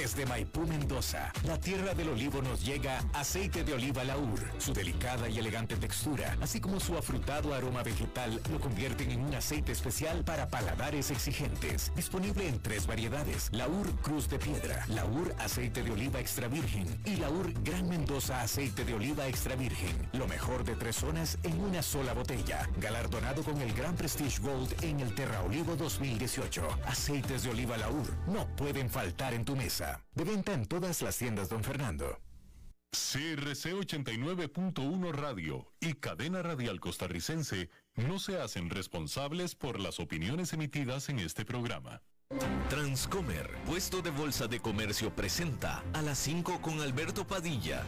Desde Maipú, Mendoza, la tierra del olivo, nos llega aceite de oliva Laur. Su delicada y elegante textura, así como su afrutado aroma vegetal, lo convierten en un aceite especial para paladares exigentes. Disponible en 3 variedades: Laur Cruz de Piedra, Laur Aceite de Oliva Extra Virgen y Laur Gran Mendoza Aceite de Oliva Extra Virgen. Lo mejor de 3 zonas en una sola botella. Galardonado con el Gran Prestige Gold en el Terra Olivo 2018. Aceites de oliva Laur no pueden faltar en tu mesa. De venta en todas las tiendas, don Fernando. CRC 89.1 Radio y Cadena Radial Costarricense no se hacen responsables por las opiniones emitidas en este programa. Transcomer, puesto de bolsa de comercio, presenta A las 5 con Alberto Padilla.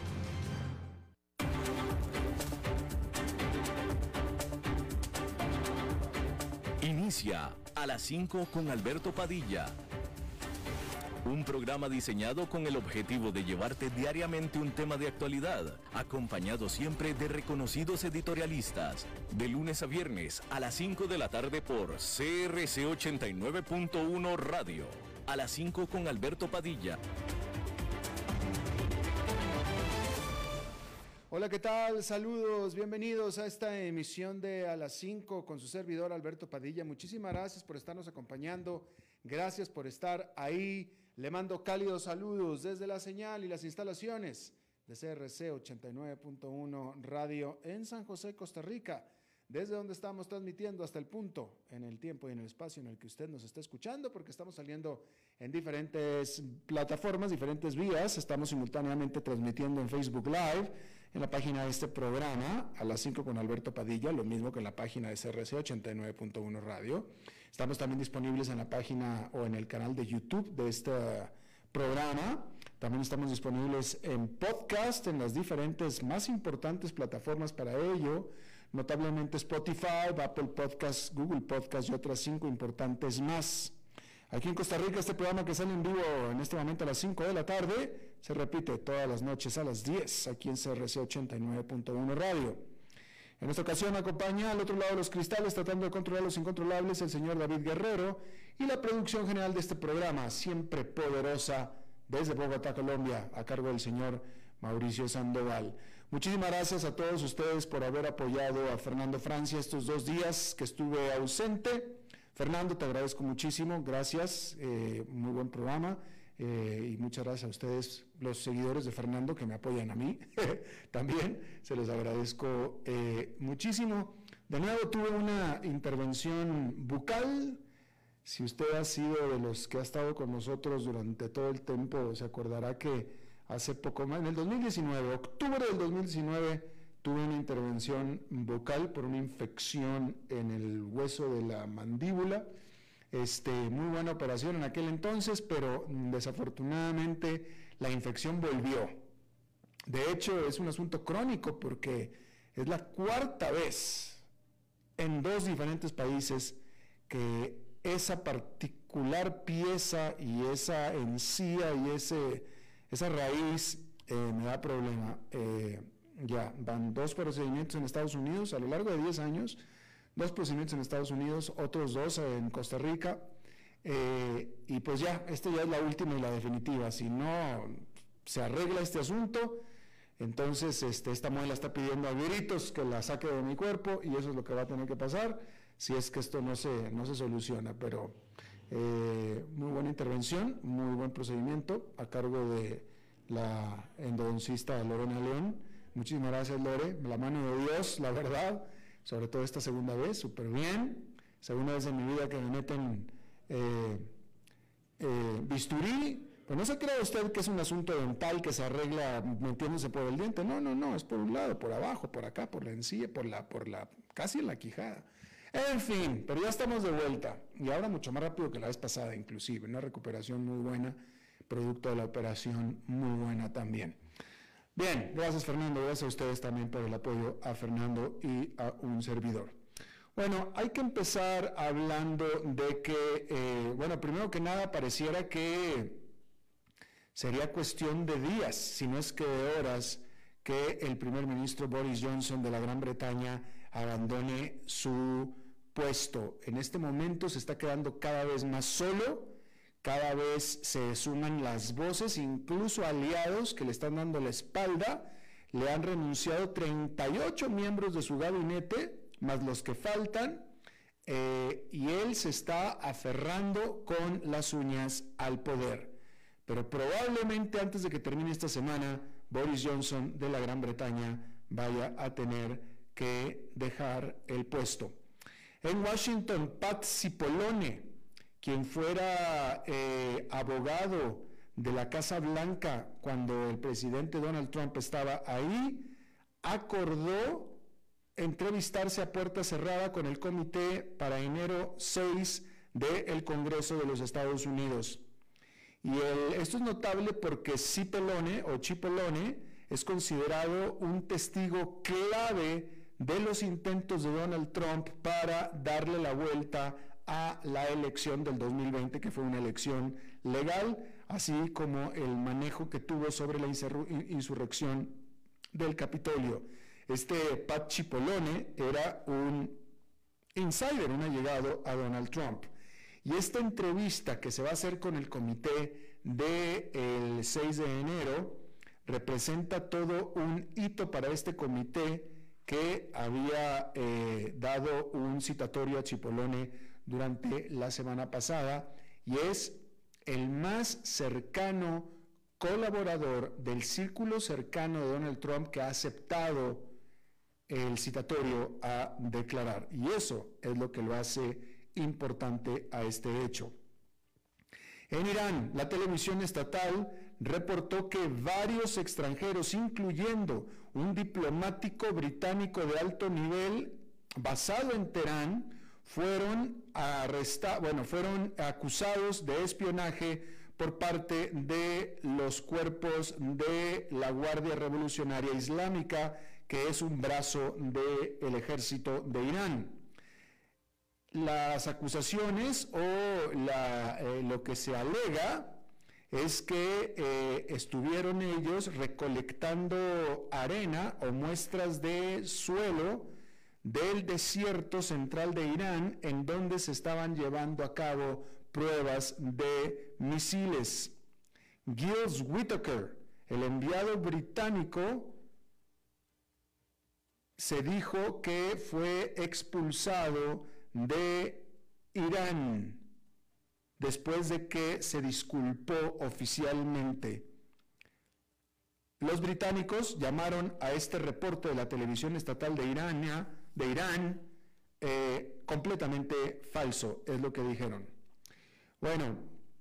Inicia A las 5 con Alberto Padilla. Un programa diseñado con el objetivo de llevarte diariamente un tema de actualidad, acompañado siempre de reconocidos editorialistas. De lunes a viernes a las 5 de la tarde por CRC 89.1 Radio. A las 5 con Alberto Padilla. Hola, ¿qué tal? Saludos, bienvenidos a esta emisión de A las 5 con su servidor Alberto Padilla. Muchísimas gracias por estarnos acompañando, gracias por estar ahí. Le mando cálidos saludos desde la señal y las instalaciones de CRC 89.1 Radio en San José, Costa Rica, desde donde estamos transmitiendo hasta el punto, en el tiempo y en el espacio en el que usted nos está escuchando, porque estamos saliendo en diferentes plataformas, diferentes vías. Estamos simultáneamente transmitiendo en Facebook Live, en la página de este programa, A las 5 con Alberto Padilla, lo mismo que en la página de CRC 89.1 Radio. Estamos también disponibles en la página o en el canal de YouTube de este programa. También estamos disponibles en podcast, en las diferentes más importantes plataformas para ello, notablemente Spotify, Apple Podcasts, Google Podcasts y otras 5 importantes más. Aquí en Costa Rica, este programa que sale en vivo en este momento a las 5 de la tarde, se repite todas las noches a las 10, aquí en CRC 89.1 Radio. En esta ocasión me acompaña al otro lado de los cristales, tratando de controlar los incontrolables, el señor David Guerrero, y la producción general de este programa, siempre poderosa, desde Bogotá, Colombia, a cargo del señor Mauricio Sandoval. Muchísimas gracias a todos ustedes por haber apoyado a Fernando Francia estos 2 días que estuve ausente. Fernando, te agradezco muchísimo, gracias, muy buen programa, y muchas gracias a ustedes, los seguidores de Fernando, que me apoyan a mí, también se los agradezco muchísimo. De nuevo tuve una intervención bucal. Si usted ha sido de los que ha estado con nosotros durante todo el tiempo, se acordará que hace poco más, en el 2019, octubre del 2019, tuve una intervención bucal por una infección en el hueso de la mandíbula. Muy buena operación en aquel entonces, pero desafortunadamente la infección volvió. De hecho, es un asunto crónico porque es la 4ª vez en 2 diferentes países que esa particular pieza y esa encía y esa raíz me da problema. Ya van 2 procedimientos en Estados Unidos a lo largo de 10 años, 2 procedimientos en Estados Unidos, otros 2 en Costa Rica, y pues ya, esta ya es la última y la definitiva. Si no se arregla este asunto, entonces esta muela está pidiendo a gritos que la saque de mi cuerpo, y eso es lo que va a tener que pasar si es que esto no se soluciona. Pero muy buena intervención, muy buen procedimiento a cargo de la endodoncista Lorena León. Muchísimas gracias, Lore, la mano de Dios, la verdad, sobre todo esta segunda vez, súper bien. Segunda vez en mi vida que me meten bisturí. Pero no se crea usted que es un asunto dental que se arregla metiéndose por el diente. No, es por un lado, por abajo, por acá, por la encía, casi en la quijada. En fin, pero ya estamos de vuelta, y ahora mucho más rápido que la vez pasada, inclusive, una recuperación muy buena, producto de la operación muy buena también. Bien, gracias Fernando, gracias a ustedes también por el apoyo a Fernando y a un servidor. Bueno, hay que empezar hablando de que, primero que nada pareciera que sería cuestión de días, si no es que de horas, que el primer ministro Boris Johnson de la Gran Bretaña abandone su puesto. En este momento se está quedando cada vez más solo, cada vez se suman las voces, incluso aliados que le están dando la espalda. Le han renunciado 38 miembros de su gabinete, más los que faltan, y él se está aferrando con las uñas al poder. Pero probablemente antes de que termine esta semana, Boris Johnson de la Gran Bretaña vaya a tener que dejar el puesto. En Washington, Pat Cipollone, quien fuera abogado de la Casa Blanca cuando el presidente Donald Trump estaba ahí, acordó entrevistarse a puerta cerrada con el comité para enero 6 del Congreso de los Estados Unidos. Y esto es notable porque Cipollone es considerado un testigo clave de los intentos de Donald Trump para darle la vuelta a la elección del 2020, que fue una elección legal, así como el manejo que tuvo sobre la insurrección del Capitolio. Pat Cipollone era un insider, un allegado a Donald Trump. Y esta entrevista que se va a hacer con el comité del 6 de enero representa todo un hito para este comité que había dado un citatorio a Cipollone durante la semana pasada, y es el más cercano colaborador del círculo cercano de Donald Trump que ha aceptado el citatorio a declarar, y eso es lo que lo hace importante a este hecho. En Irán, la televisión estatal reportó que varios extranjeros, incluyendo un diplomático británico de alto nivel basado en Teherán, fueron acusados de espionaje por parte de los cuerpos de la Guardia Revolucionaria Islámica, que es un brazo del ejército de Irán. Las acusaciones lo que se alega es que estuvieron ellos recolectando arena o muestras de suelo del desierto central de Irán, en donde se estaban llevando a cabo pruebas de misiles. Giles Whitaker, el enviado británico, se dijo que fue expulsado de Irán después de que se disculpó oficialmente. Los británicos llamaron a este reporte de la televisión estatal de Irán completamente falso, es lo que dijeron. Bueno,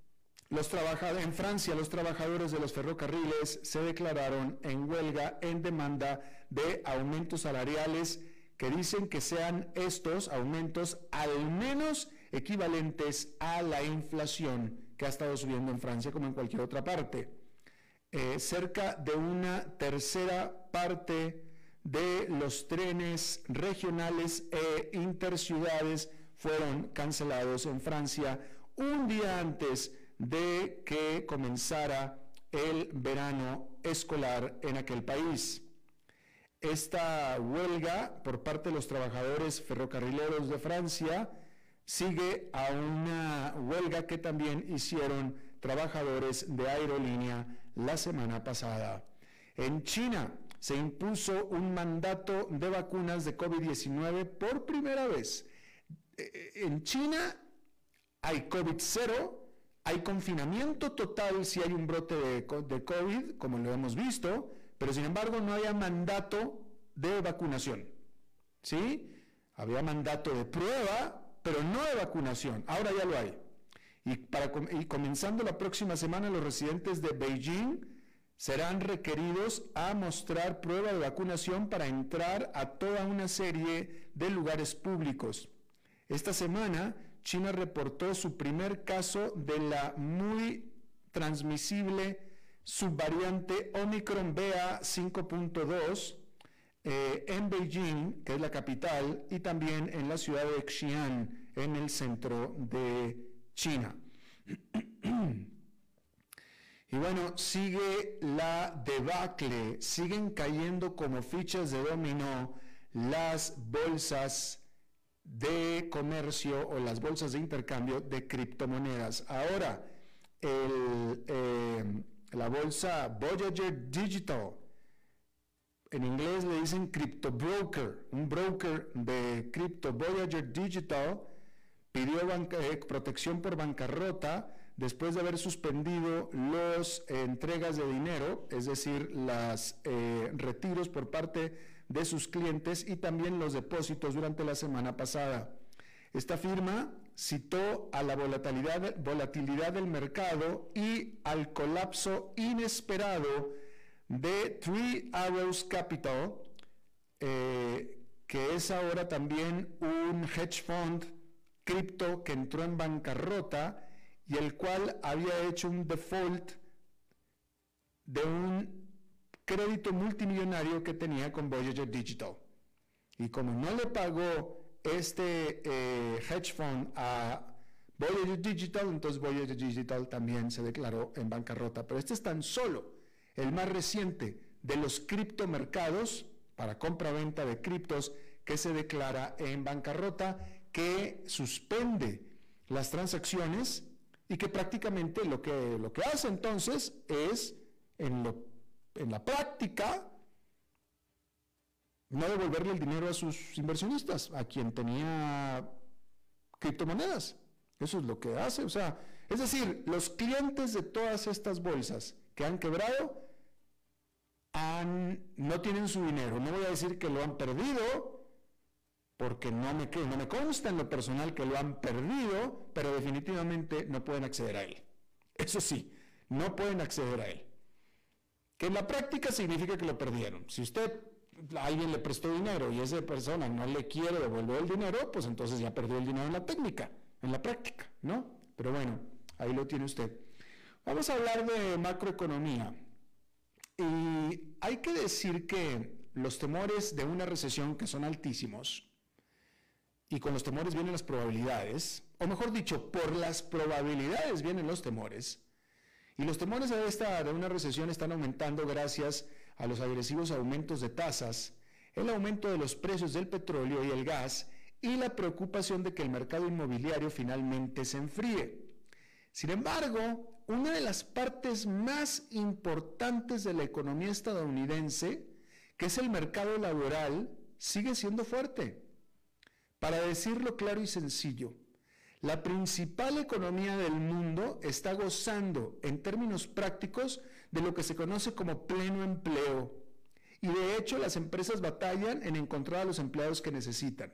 en Francia, los trabajadores de los ferrocarriles se declararon en huelga en demanda de aumentos salariales que dicen que sean estos aumentos al menos equivalentes a la inflación que ha estado subiendo en Francia como en cualquier otra parte. Cerca de una tercera parte de los trenes regionales e interciudades fueron cancelados en Francia un día antes de que comenzara el verano escolar en aquel país. Esta huelga por parte de los trabajadores ferrocarrileros de Francia sigue a una huelga que también hicieron trabajadores de aerolínea la semana pasada. En China se impuso un mandato de vacunas de COVID-19 por primera vez. En China hay COVID-0, hay confinamiento total si hay un brote de COVID, como lo hemos visto, pero sin embargo no había mandato de vacunación, ¿sí? Había mandato de prueba, pero no de vacunación. Ahora ya lo hay. Y comenzando la próxima semana, los residentes de Beijing serán requeridos a mostrar prueba de vacunación para entrar a toda una serie de lugares públicos. Esta semana, China reportó su primer caso de la muy transmisible subvariante Omicron BA.5.2 en Beijing, que es la capital, y también en la ciudad de Xi'an, en el centro de China. Y bueno, sigue la debacle, siguen cayendo como fichas de dominó las bolsas de comercio o las bolsas de intercambio de criptomonedas. Ahora, la bolsa Voyager Digital. En inglés le dicen crypto broker, un broker de cripto. Voyager Digital pidió protección por bancarrota después de haber suspendido las entregas de dinero, es decir, los retiros por parte de sus clientes y también los depósitos durante la semana pasada. Esta firma citó a la volatilidad del mercado y al colapso inesperado de Three Arrows Capital, que es ahora también un hedge fund cripto que entró en bancarrota y el cual había hecho un default de un crédito multimillonario que tenía con Voyager Digital. Y como no le pagó este hedge fund a Voyager Digital, entonces Voyager Digital también se declaró en bancarrota. Pero este es tan solo el más reciente de los criptomercados para compra-venta de criptos que se declara en bancarrota, que suspende las transacciones y que prácticamente lo que hace entonces es, en la práctica, no devolverle el dinero a sus inversionistas, a quien tenía criptomonedas. Eso es lo que hace. O sea, es decir, los clientes de todas estas bolsas que han quebrado no tienen su dinero. No voy a decir que lo han perdido, porque no me consta en lo personal que lo han perdido, pero definitivamente no pueden acceder a él. Eso sí, no pueden acceder a él. Que en la práctica significa que lo perdieron. Si alguien le prestó dinero y esa persona no le quiere devolver el dinero, pues entonces ya perdió el dinero en la práctica, ¿no? Pero bueno, ahí lo tiene usted. Vamos a hablar de macroeconomía. Y hay que decir que los temores de una recesión, que son altísimos, y con los temores vienen las probabilidades, o mejor dicho, por las probabilidades vienen los temores, y los temores de una recesión están aumentando gracias a los agresivos aumentos de tasas, el aumento de los precios del petróleo y el gas, y la preocupación de que el mercado inmobiliario finalmente se enfríe. Sin embargo, una de las partes más importantes de la economía estadounidense, que es el mercado laboral, sigue siendo fuerte. Para decirlo claro y sencillo, la principal economía del mundo está gozando, en términos prácticos, de lo que se conoce como pleno empleo. Y de hecho, las empresas batallan en encontrar a los empleados que necesitan.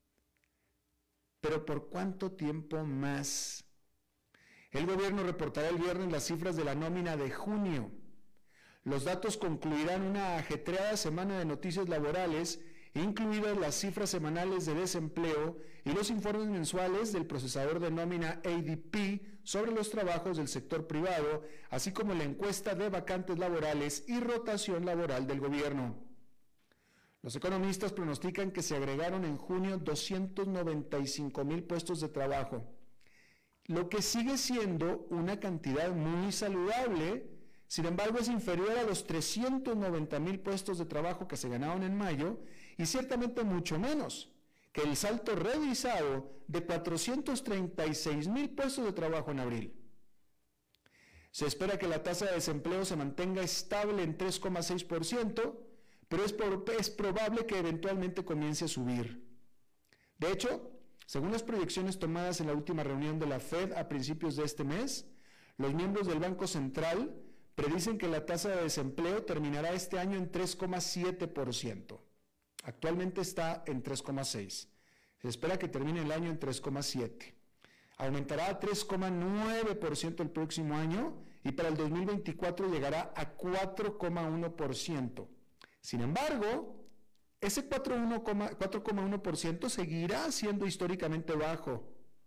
¿Pero por cuánto tiempo más? El gobierno reportará el viernes las cifras de la nómina de junio. Los datos concluirán una ajetreada semana de noticias laborales, incluidas las cifras semanales de desempleo y los informes mensuales del procesador de nómina ADP sobre los trabajos del sector privado, así como la encuesta de vacantes laborales y rotación laboral del gobierno. Los economistas pronostican que se agregaron en junio 295,000 puestos de trabajo, lo que sigue siendo una cantidad muy saludable. Sin embargo, es inferior a los 390,000 puestos de trabajo que se ganaron en mayo y ciertamente mucho menos que el salto revisado de 436,000 puestos de trabajo en abril. Se espera que la tasa de desempleo se mantenga estable en 3,6%, pero es probable que eventualmente comience a subir. De hecho, según las proyecciones tomadas en la última reunión de la Fed a principios de este mes, los miembros del Banco Central predicen que la tasa de desempleo terminará este año en 3,7%. Actualmente está en 3,6%. Se espera que termine el año en 3,7%. Aumentará a 3,9% el próximo año y para el 2024 llegará a 4,1%. Sin embargo, ese 4,1% seguirá siendo históricamente bajo.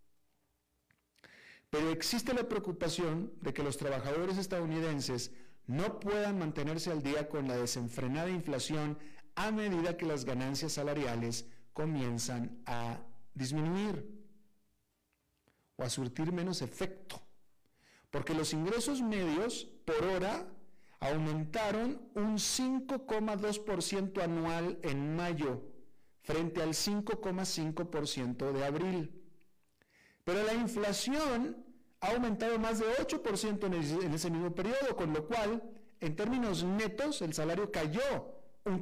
Pero existe la preocupación de que los trabajadores estadounidenses no puedan mantenerse al día con la desenfrenada inflación a medida que las ganancias salariales comienzan a disminuir o a surtir menos efecto, porque los ingresos medios por hora aumentaron un 5,2% anual en mayo frente al 5,5% de abril. Pero la inflación ha aumentado más de 8% en ese mismo periodo, con lo cual, en términos netos, el salario cayó un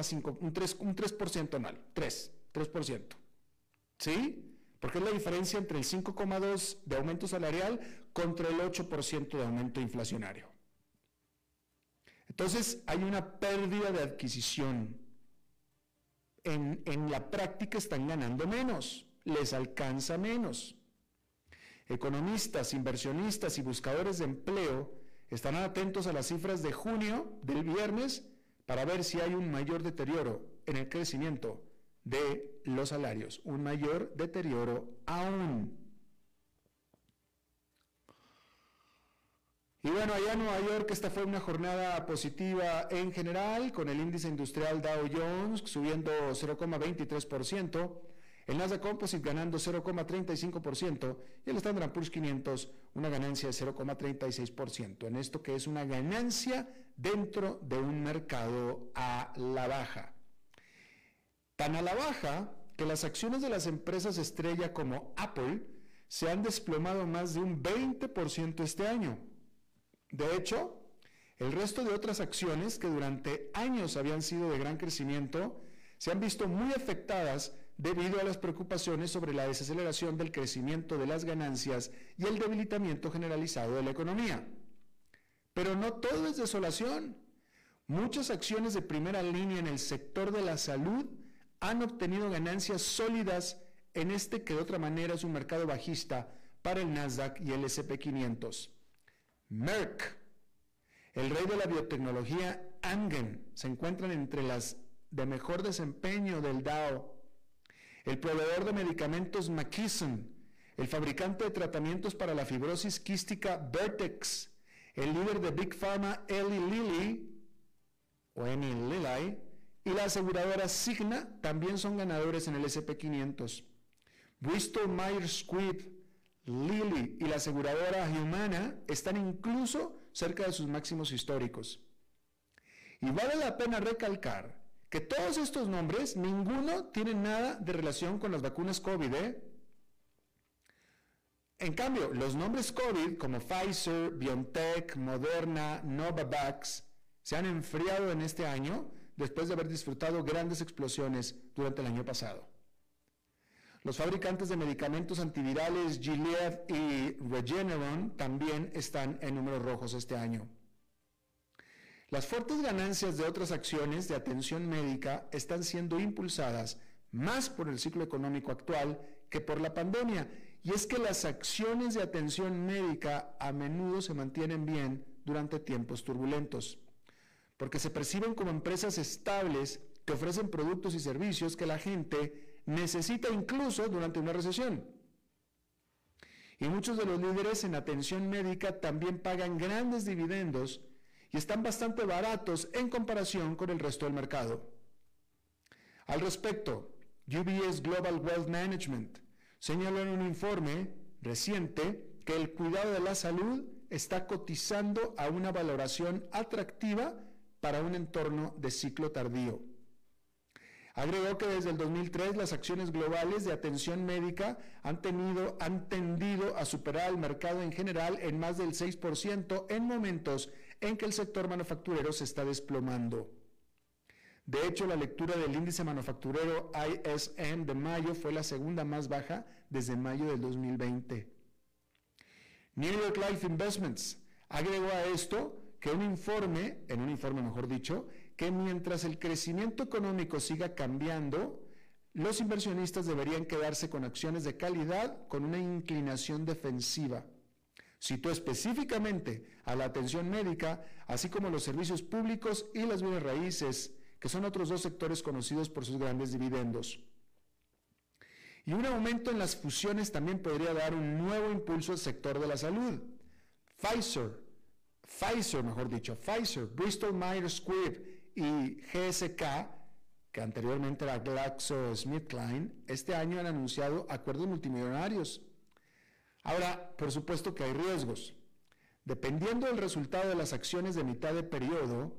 3% anual, 3%. ¿Sí? Porque es la diferencia entre el 5,2% de aumento salarial contra el 8% de aumento inflacionario. Entonces, hay una pérdida de adquisición. En la práctica están ganando menos, les alcanza menos. Economistas, inversionistas y buscadores de empleo estarán atentos a las cifras de junio, del viernes, para ver si hay un mayor deterioro en el crecimiento de los salarios, un mayor deterioro aún. Y bueno, allá en Nueva York esta fue una jornada positiva en general, con el índice industrial Dow Jones subiendo 0,23%, el Nasdaq Composite ganando 0,35% y el Standard & Poor's 500 una ganancia de 0,36%, en esto que es una ganancia dentro de un mercado a la baja. Tan a la baja que las acciones de las empresas estrella como Apple se han desplomado más de un 20% este año. De hecho, el resto de otras acciones que durante años habían sido de gran crecimiento se han visto muy afectadas debido a las preocupaciones sobre la desaceleración del crecimiento de las ganancias y el debilitamiento generalizado de la economía. Pero no todo es desolación. Muchas acciones de primera línea en el sector de la salud han obtenido ganancias sólidas en este que de otra manera es un mercado bajista para el Nasdaq y el S&P 500. Merck, el rey de la biotecnología Amgen, se encuentran entre las de mejor desempeño del Dow. El proveedor de medicamentos McKesson, el fabricante de tratamientos para la fibrosis quística Vertex, el líder de Big Pharma Eli Lilly, y la aseguradora Cigna también son ganadores en el S&P 500. Bristol Myers Squibb, Lilly y la aseguradora Humana están incluso cerca de sus máximos históricos. Y vale la pena recalcar que todos estos nombres, ninguno tiene nada de relación con las vacunas COVID, En cambio, los nombres COVID como Pfizer, BioNTech, Moderna, Novavax se han enfriado en este año después de haber disfrutado grandes explosiones durante el año pasado. Los fabricantes de medicamentos antivirales Gilead y Regeneron también están en números rojos este año. Las fuertes ganancias de otras acciones de atención médica están siendo impulsadas más por el ciclo económico actual que por la pandemia, y es que las acciones de atención médica a menudo se mantienen bien durante tiempos turbulentos, porque se perciben como empresas estables que ofrecen productos y servicios que la gente necesita incluso durante una recesión. Y muchos de los líderes en atención médica también pagan grandes dividendos y están bastante baratos en comparación con el resto del mercado. Al respecto, UBS Global Wealth Management señaló en un informe reciente que el cuidado de la salud está cotizando a una valoración atractiva para un entorno de ciclo tardío. Agregó que desde el 2003 las acciones globales de atención médica han tendido a superar al mercado en general en más del 6% en momentos en que el sector manufacturero se está desplomando. De hecho, la lectura del índice manufacturero ISM de mayo fue la segunda más baja desde mayo del 2020. New York Life Investments agregó a esto que que mientras el crecimiento económico siga cambiando, los inversionistas deberían quedarse con acciones de calidad con una inclinación defensiva. Citó específicamente a la atención médica, así como los servicios públicos y las bienes raíces, que son otros dos sectores conocidos por sus grandes dividendos. Y un aumento en las fusiones también podría dar un nuevo impulso al sector de la salud. Pfizer, Bristol Myers Squibb y GSK, que anteriormente era GlaxoSmithKline, este año han anunciado acuerdos multimillonarios. Ahora, por supuesto que hay riesgos. Dependiendo del resultado de las acciones de mitad de periodo,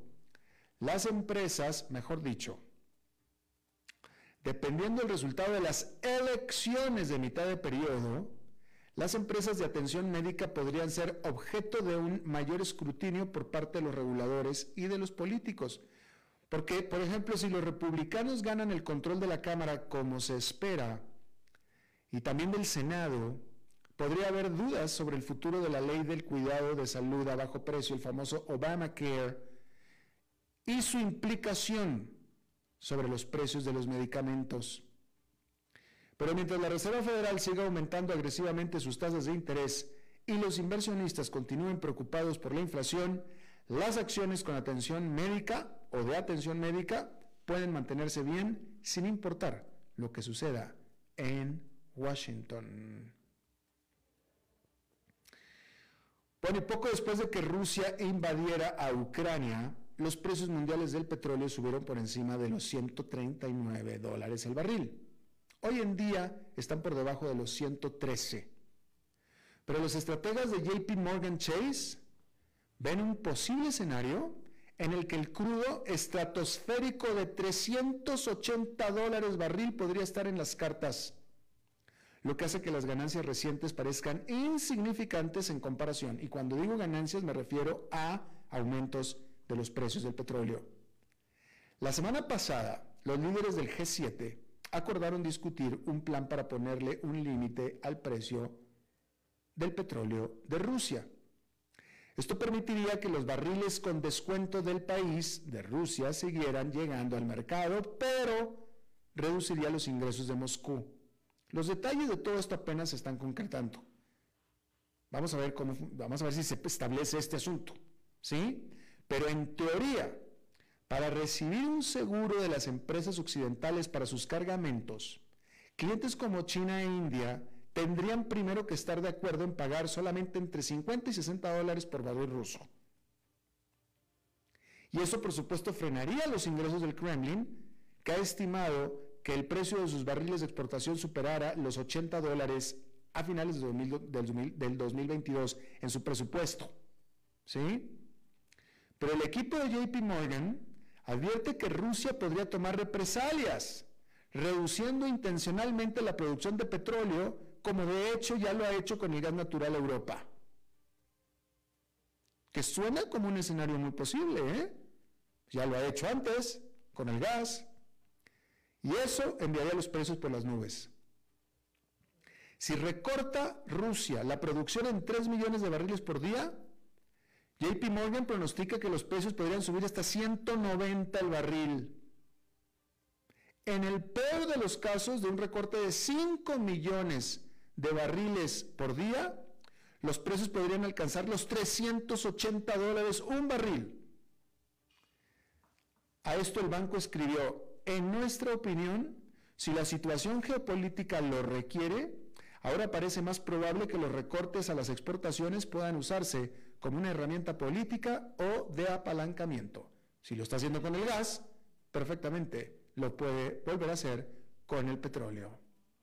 dependiendo del resultado de las elecciones de mitad de periodo, las empresas de atención médica podrían ser objeto de un mayor escrutinio por parte de los reguladores y de los políticos. Porque, por ejemplo, si los republicanos ganan el control de la Cámara como se espera, y también del Senado, podría haber dudas sobre el futuro de la ley del cuidado de salud a bajo precio, el famoso Obamacare, y su implicación sobre los precios de los medicamentos. Pero mientras la Reserva Federal siga aumentando agresivamente sus tasas de interés y los inversionistas continúen preocupados por la inflación, las acciones con atención médica o de atención médica pueden mantenerse bien sin importar lo que suceda en Washington. Bueno, y poco después de que Rusia invadiera a Ucrania, los precios mundiales del petróleo subieron por encima de los $139 el barril. Hoy en día están por debajo de los 113. Pero los estrategas de JP Morgan Chase ven un posible escenario en el que el crudo estratosférico de $380 barril podría estar en las cartas, lo que hace que las ganancias recientes parezcan insignificantes en comparación. Y cuando digo ganancias me refiero a aumentos de los precios del petróleo. La semana pasada, los líderes del G7 acordaron discutir un plan para ponerle un límite al precio del petróleo de Rusia. Esto permitiría que los barriles con descuento del país, de Rusia, siguieran llegando al mercado, pero reduciría los ingresos de Moscú. Los detalles de todo esto apenas se están concretando. Vamos a ver si se establece este asunto, ¿sí? Pero en teoría, para recibir un seguro de las empresas occidentales para sus cargamentos, clientes como China e India tendrían primero que estar de acuerdo en pagar solamente entre $50 y $60 por barril ruso. Y eso, por supuesto, frenaría los ingresos del Kremlin, que ha estimado que el precio de sus barriles de exportación superara los $80 a finales del 2022 en su presupuesto, ¿sí? Pero el equipo de JP Morgan advierte que Rusia podría tomar represalias, reduciendo intencionalmente la producción de petróleo, como de hecho ya lo ha hecho con el gas natural a Europa. Que suena como un escenario muy posible, ¿eh? Ya lo ha hecho antes, con el gas. Y eso enviaría los precios por las nubes. Si recorta Rusia la producción en 3 millones de barriles por día, JP Morgan pronostica que los precios podrían subir hasta 190 el barril. En el peor de los casos, de un recorte de 5 millones de barriles por día, los precios podrían alcanzar los $380 un barril. A esto el banco escribió: en nuestra opinión, si la situación geopolítica lo requiere, ahora parece más probable que los recortes a las exportaciones puedan usarse como una herramienta política o de apalancamiento. Si lo está haciendo con el gas, perfectamente lo puede volver a hacer con el petróleo.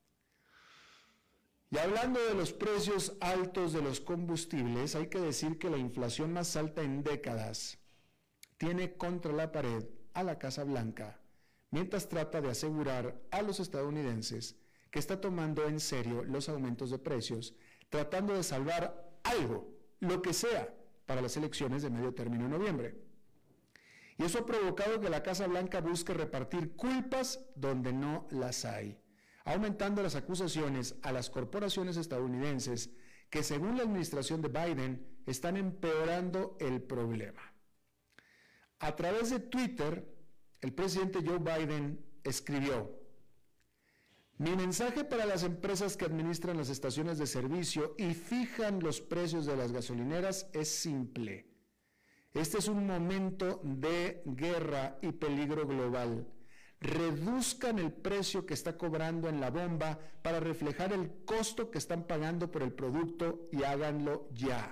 Y hablando de los precios altos de los combustibles, hay que decir que la inflación más alta en décadas tiene contra la pared a la Casa Blanca, mientras trata de asegurar a los estadounidenses que está tomando en serio los aumentos de precios, tratando de salvar algo, lo que sea, para las elecciones de medio término en noviembre. Y eso ha provocado que la Casa Blanca busque repartir culpas donde no las hay, aumentando las acusaciones a las corporaciones estadounidenses que, según la administración de Biden, están empeorando el problema. A través de Twitter, el presidente Joe Biden escribió: mi mensaje para las empresas que administran las estaciones de servicio y fijan los precios de las gasolineras es simple. Este es un momento de guerra y peligro global. Reduzcan el precio que está cobrando en la bomba para reflejar el costo que están pagando por el producto y háganlo ya.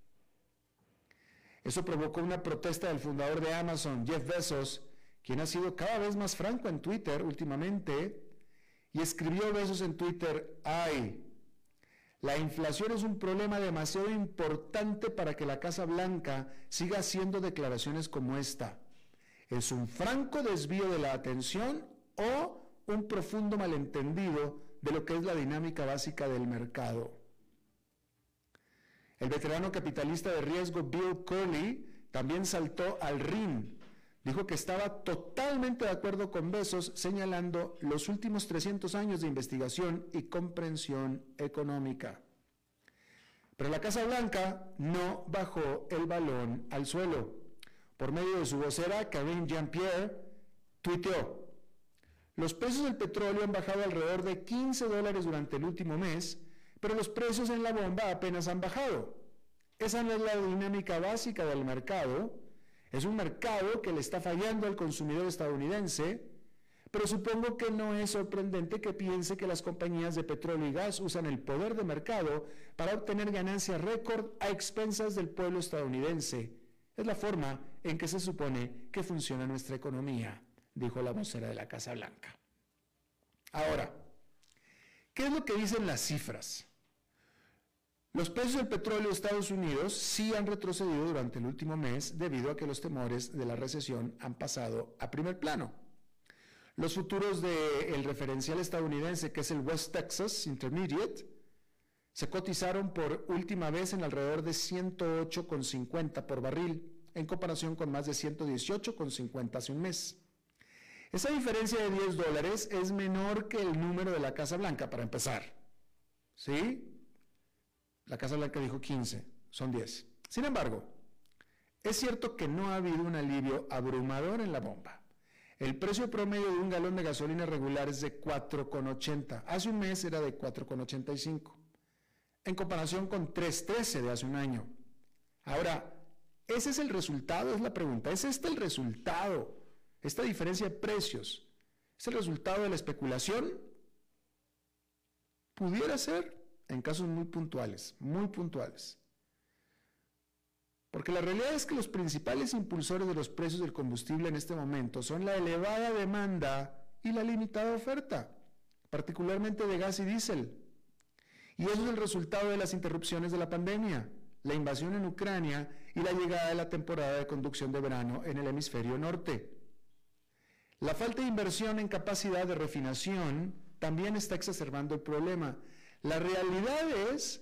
Eso provocó una protesta del fundador de Amazon, Jeff Bezos, quien ha sido cada vez más franco en Twitter últimamente, y escribió Bezos en Twitter: ¡ay! La inflación es un problema demasiado importante para que la Casa Blanca siga haciendo declaraciones como esta. ¿Es un franco desvío de la atención o un profundo malentendido de lo que es la dinámica básica del mercado? El veterano capitalista de riesgo Bill Curley también saltó al ring. Dijo que estaba totalmente de acuerdo con Bezos, señalando los últimos 300 años de investigación y comprensión económica. Pero la Casa Blanca no bajó el balón al suelo. Por medio de su vocera, Karine Jean-Pierre, tuiteó: los precios del petróleo han bajado alrededor de $15 durante el último mes, pero los precios en la bomba apenas han bajado. Esa no es la dinámica básica del mercado. Es un mercado que le está fallando al consumidor estadounidense, pero supongo que no es sorprendente que piense que las compañías de petróleo y gas usan el poder de mercado para obtener ganancias récord a expensas del pueblo estadounidense. Es la forma en que se supone que funciona nuestra economía, dijo la vocera de la Casa Blanca. Ahora, ¿qué es lo que dicen las cifras? Los precios del petróleo de Estados Unidos sí han retrocedido durante el último mes debido a que los temores de la recesión han pasado a primer plano. Los futuros del referencial estadounidense, que es el West Texas Intermediate, se cotizaron por última vez en alrededor de 108,50 por barril, en comparación con más de 118,50 hace un mes. Esa diferencia de $10 es menor que el número de la Casa Blanca, para empezar. ¿Sí? La Casa Blanca dijo 15, son 10. Sin embargo, es cierto que no ha habido un alivio abrumador en la bomba. El precio promedio de un galón de gasolina regular es de 4,80. Hace un mes era de 4,85, en comparación con 3,13 de hace un año. Ahora, ¿ese es el resultado? Es la pregunta. ¿Es este el resultado? Esta diferencia de precios, ¿es el resultado de la especulación? Pudiera ser, en casos muy puntuales, muy puntuales. Porque la realidad es que los principales impulsores de los precios del combustible en este momento son la elevada demanda y la limitada oferta, particularmente de gas y diésel. Y eso es el resultado de las interrupciones de la pandemia, la invasión en Ucrania y la llegada de la temporada de conducción de verano en el hemisferio norte. La falta de inversión en capacidad de refinación también está exacerbando el problema. La realidad es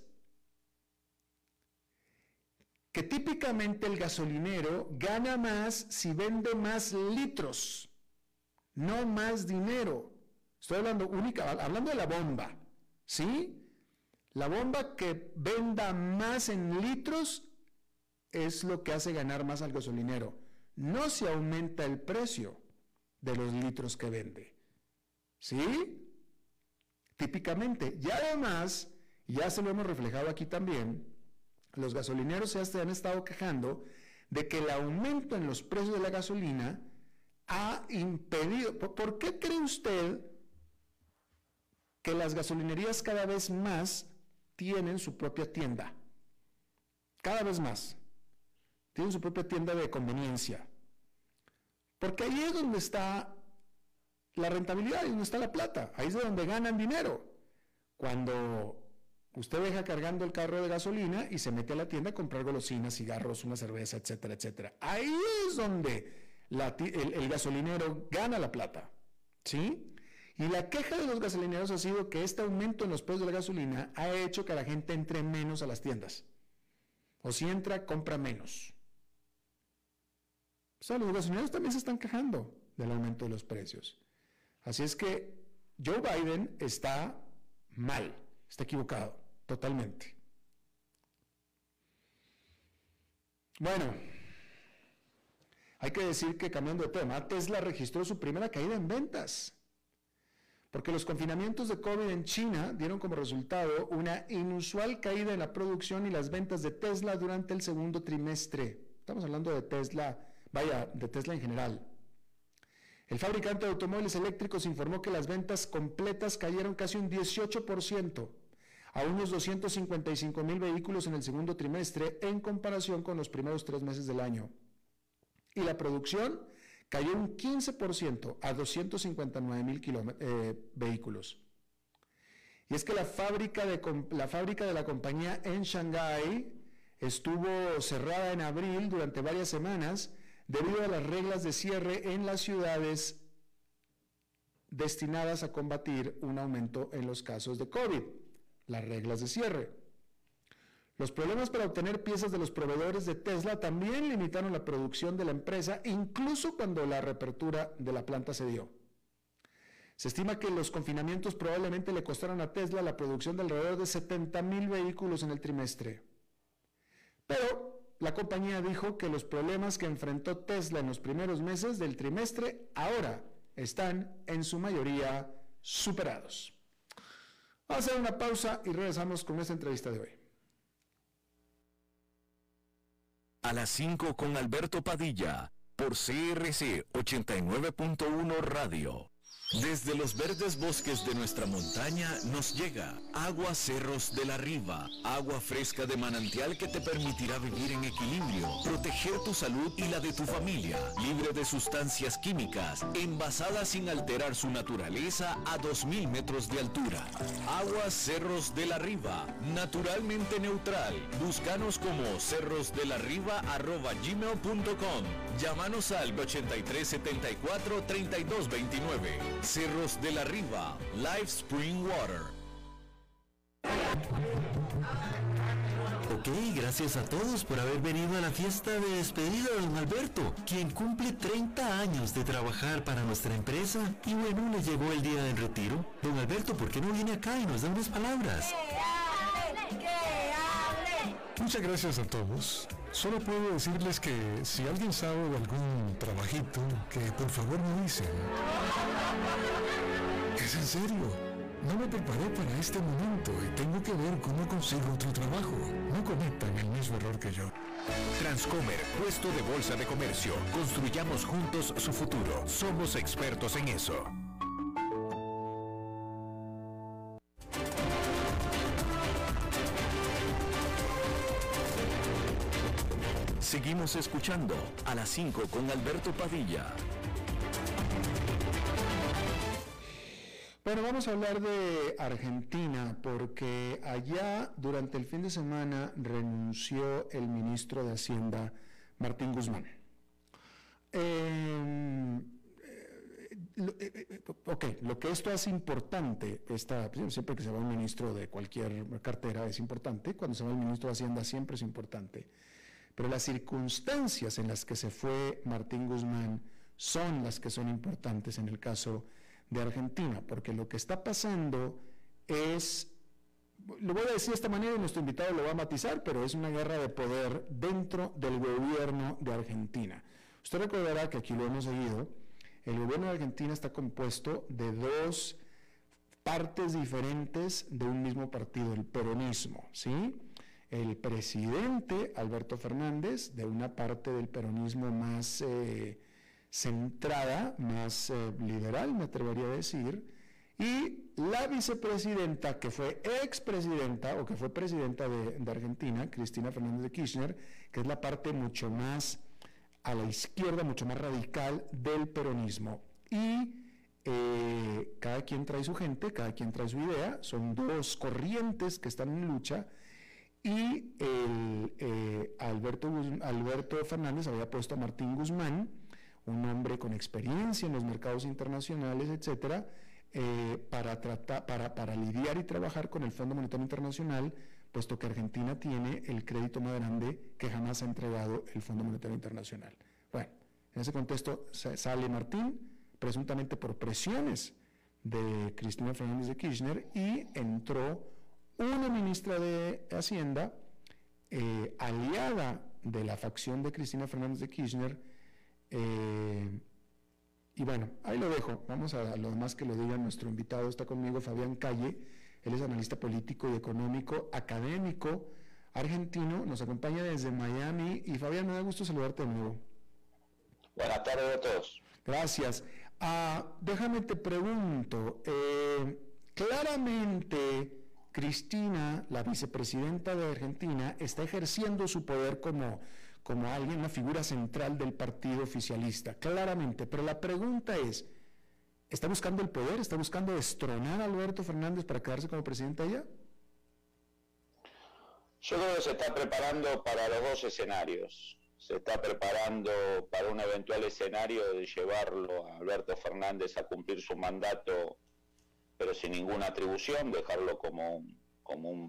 que típicamente el gasolinero gana más si vende más litros, no más dinero. Estoy hablando hablando de la bomba, ¿sí? La bomba que venda más en litros es lo que hace ganar más al gasolinero. No se aumenta el precio de los litros que vende, ¿sí? Típicamente. Y además, ya se lo hemos reflejado aquí también, los gasolineros se han estado quejando de que el aumento en los precios de la gasolina ha impedido. ¿Por qué cree usted que las gasolinerías cada vez más tienen su propia tienda? Cada vez más. Tienen su propia tienda de conveniencia. Porque ahí es donde está la rentabilidad, ahí es donde está la plata, ahí es de donde ganan dinero. Cuando usted deja cargando el carro de gasolina y se mete a la tienda a comprar golosinas, cigarros, una cerveza, etcétera, etcétera. Ahí es donde el gasolinero gana la plata, ¿sí? Y la queja de los gasolineros ha sido que este aumento en los precios de la gasolina ha hecho que la gente entre menos a las tiendas. O si entra, compra menos. O sea, los gasolineros también se están quejando del aumento de los precios. Así es que Joe Biden está mal, está equivocado, totalmente. Bueno, hay que decir que, cambiando de tema, Tesla registró su primera caída en ventas, porque los confinamientos de COVID en China dieron como resultado una inusual caída en la producción y las ventas de Tesla durante el segundo trimestre. Estamos hablando de Tesla, de Tesla en general. El fabricante de automóviles eléctricos informó que las ventas completas cayeron casi un 18%, a unos 255,000 vehículos en el segundo trimestre en comparación con los primeros 3 meses del año. Y la producción cayó un 15% a 259,000 vehículos. Y es que la fábrica de la compañía en Shanghái estuvo cerrada en abril durante varias semanas debido a las reglas de cierre en las ciudades destinadas a combatir un aumento en los casos de COVID, las reglas de cierre. Los problemas para obtener piezas de los proveedores de Tesla también limitaron la producción de la empresa, incluso cuando la reapertura de la planta se dio. Se estima que los confinamientos probablemente le costaron a Tesla la producción de alrededor de 70,000 vehículos en el trimestre. Pero la compañía dijo que los problemas que enfrentó Tesla en los primeros meses del trimestre ahora están en su mayoría superados. Vamos a hacer una pausa y regresamos con esta entrevista de hoy. A las 5 con Alberto Padilla, por CRC 89.1 Radio. Desde los verdes bosques de nuestra montaña nos llega Agua Cerros de la Riva, agua fresca de manantial que te permitirá vivir en equilibrio, proteger tu salud y la de tu familia, libre de sustancias químicas, envasada sin alterar su naturaleza a 2,000 metros de altura. Agua Cerros de la Riva, naturalmente neutral. Búscanos como cerrosdelarriba@gmail.com. Llámanos al 8374-3229. Cerros de la Riva, Live Spring Water. Ok, gracias a todos por haber venido a la fiesta de despedida de don Alberto, quien cumple 30 años de trabajar para nuestra empresa. Y bueno, le llegó el día del retiro. Don Alberto, ¿por qué no viene acá y nos da unas palabras? ¡Que hable! Muchas gracias a todos. Solo puedo decirles que si alguien sabe de algún trabajito, que por favor me dicen. Es en serio. No me preparé para este momento y tengo que ver cómo consigo otro trabajo. No cometan el mismo error que yo. Transcomer, puesto de bolsa de comercio. Construyamos juntos su futuro. Somos expertos en eso. Seguimos escuchando a las 5 con Alberto Padilla. Bueno, vamos a hablar de Argentina porque allá durante el fin de semana renunció el ministro de Hacienda, Martín Guzmán. Lo que esto hace importante, siempre que se va un ministro de cualquier cartera es importante, cuando se va el ministro de Hacienda siempre es importante, pero las circunstancias en las que se fue Martín Guzmán son las que son importantes en el caso de Argentina, porque lo que está pasando es, lo voy a decir de esta manera y nuestro invitado lo va a matizar, pero es una guerra de poder dentro del gobierno de Argentina. Usted recordará que aquí lo hemos seguido, el gobierno de Argentina está compuesto de dos partes diferentes de un mismo partido, el peronismo, ¿sí? El presidente Alberto Fernández, de una parte del peronismo más centrada, más liberal, me atrevería a decir, y la vicepresidenta, que fue expresidenta o que fue presidenta de Argentina, Cristina Fernández de Kirchner, que es la parte mucho más a la izquierda, mucho más radical del peronismo. Y cada quien trae su gente, cada quien trae su idea, son dos corrientes que están en lucha, y Alberto Fernández había puesto a Martín Guzmán, un hombre con experiencia en los mercados internacionales, etcétera, para lidiar y trabajar con el Fondo Monetario Internacional, puesto que Argentina tiene el crédito más grande que jamás ha entregado el Fondo Monetario Internacional. Bueno, en ese contexto sale Martín, presuntamente por presiones de Cristina Fernández de Kirchner, y entró una ministra de Hacienda, aliada de la facción de Cristina Fernández de Kirchner, y bueno, ahí lo dejo. Vamos a lo demás que lo diga nuestro invitado. Está conmigo Fabián Calle, él es analista político y económico, académico argentino, nos acompaña desde Miami. Y Fabián, me da gusto saludarte de nuevo. Buenas tardes a todos. Gracias. Déjame te pregunto, claramente Cristina, la vicepresidenta de Argentina, está ejerciendo su poder como alguien, una figura central del partido oficialista, claramente, pero la pregunta es, ¿está buscando el poder? ¿Está buscando destronar a Alberto Fernández para quedarse como presidenta ella? Yo creo que se está preparando para los dos escenarios. Se está preparando para un eventual escenario de llevarlo a Alberto Fernández a cumplir su mandato, pero sin ninguna atribución, dejarlo como un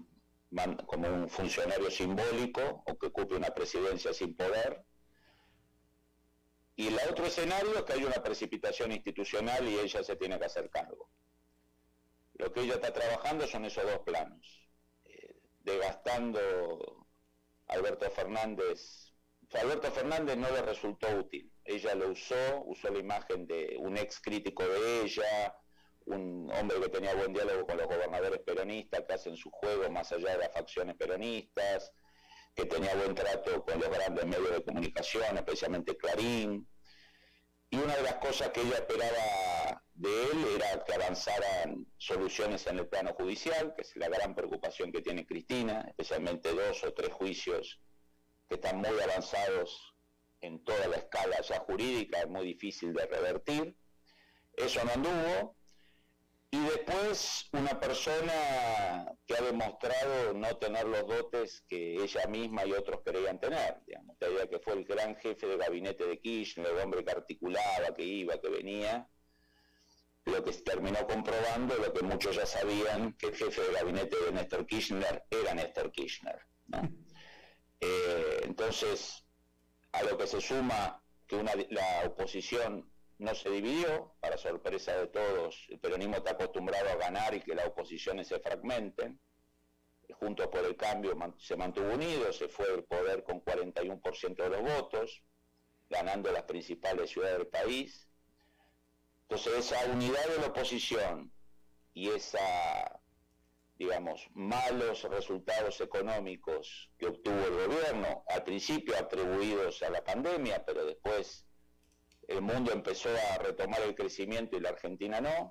como un funcionario simbólico o que ocupe una presidencia sin poder. Y el otro escenario es que hay una precipitación institucional y ella se tiene que hacer cargo. Lo que ella está trabajando son esos dos planos, desgastando a Alberto Fernández. A Alberto Fernández no le resultó útil, ella lo usó la imagen de un ex crítico de ella, un hombre que tenía buen diálogo con los gobernadores peronistas, que hacen su juego más allá de las facciones peronistas, que tenía buen trato con los grandes medios de comunicación, especialmente Clarín. Y una de las cosas que ella esperaba de él era que avanzaran soluciones en el plano judicial, que es la gran preocupación que tiene Cristina, especialmente 2 o 3 juicios que están muy avanzados en toda la escala ya jurídica, es muy difícil de revertir. Eso no anduvo. Y después una persona que ha demostrado no tener los dotes que ella misma y otros creían tener, digamos, la idea que fue el gran jefe de gabinete de Kirchner, el hombre que articulaba, que iba, que venía, lo que terminó comprobando, lo que muchos ya sabían, que el jefe de gabinete de Néstor Kirchner era Néstor Kirchner, ¿no? Entonces, a lo que se suma que la oposición no se dividió, para sorpresa de todos. El peronismo está acostumbrado a ganar y que las oposiciones se fragmenten. Juntos por el Cambio se mantuvo unido, se fue el poder con 41% de los votos, ganando las principales ciudades del país. Entonces esa unidad de la oposición y esa, digamos, malos resultados económicos que obtuvo el gobierno, al principio atribuidos a la pandemia, pero después el mundo empezó a retomar el crecimiento y la Argentina no,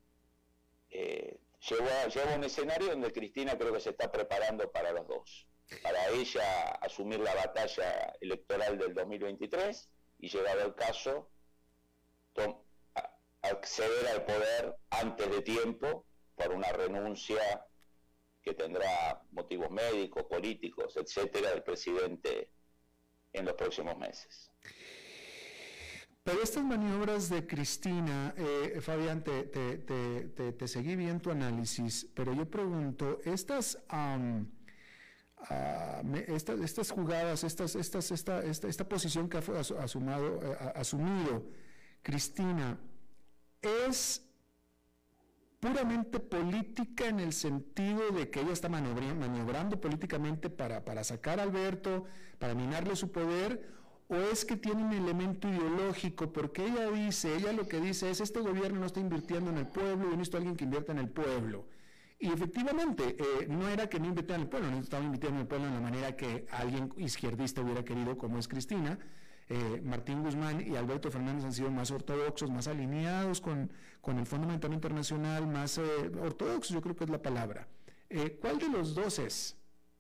lleva un escenario donde Cristina creo que se está preparando para los dos. Para ella asumir la batalla electoral del 2023 y, llegado el caso, acceder al poder antes de tiempo por una renuncia que tendrá motivos médicos, políticos, etcétera, del presidente en los próximos meses. Pero estas maniobras de Cristina, Fabián, te seguí bien tu análisis, pero yo pregunto, estas jugadas, esta posición que ha asumido Cristina, ¿es puramente política en el sentido de que ella está maniobrando políticamente para sacar a Alberto, para minarle su poder, o es que tiene un elemento ideológico? Porque ella lo que dice es: este gobierno no está invirtiendo en el pueblo, yo necesito a alguien que invierta en el pueblo? Y efectivamente, no era que no invirtiera en el pueblo, no estaba invirtiendo en el pueblo de la manera que alguien izquierdista hubiera querido, como es Cristina. Martín Guzmán y Alberto Fernández han sido más ortodoxos, más alineados con el Fondo Monetario Internacional, más ortodoxos, yo creo que es la palabra. ¿Cuál de los dos es?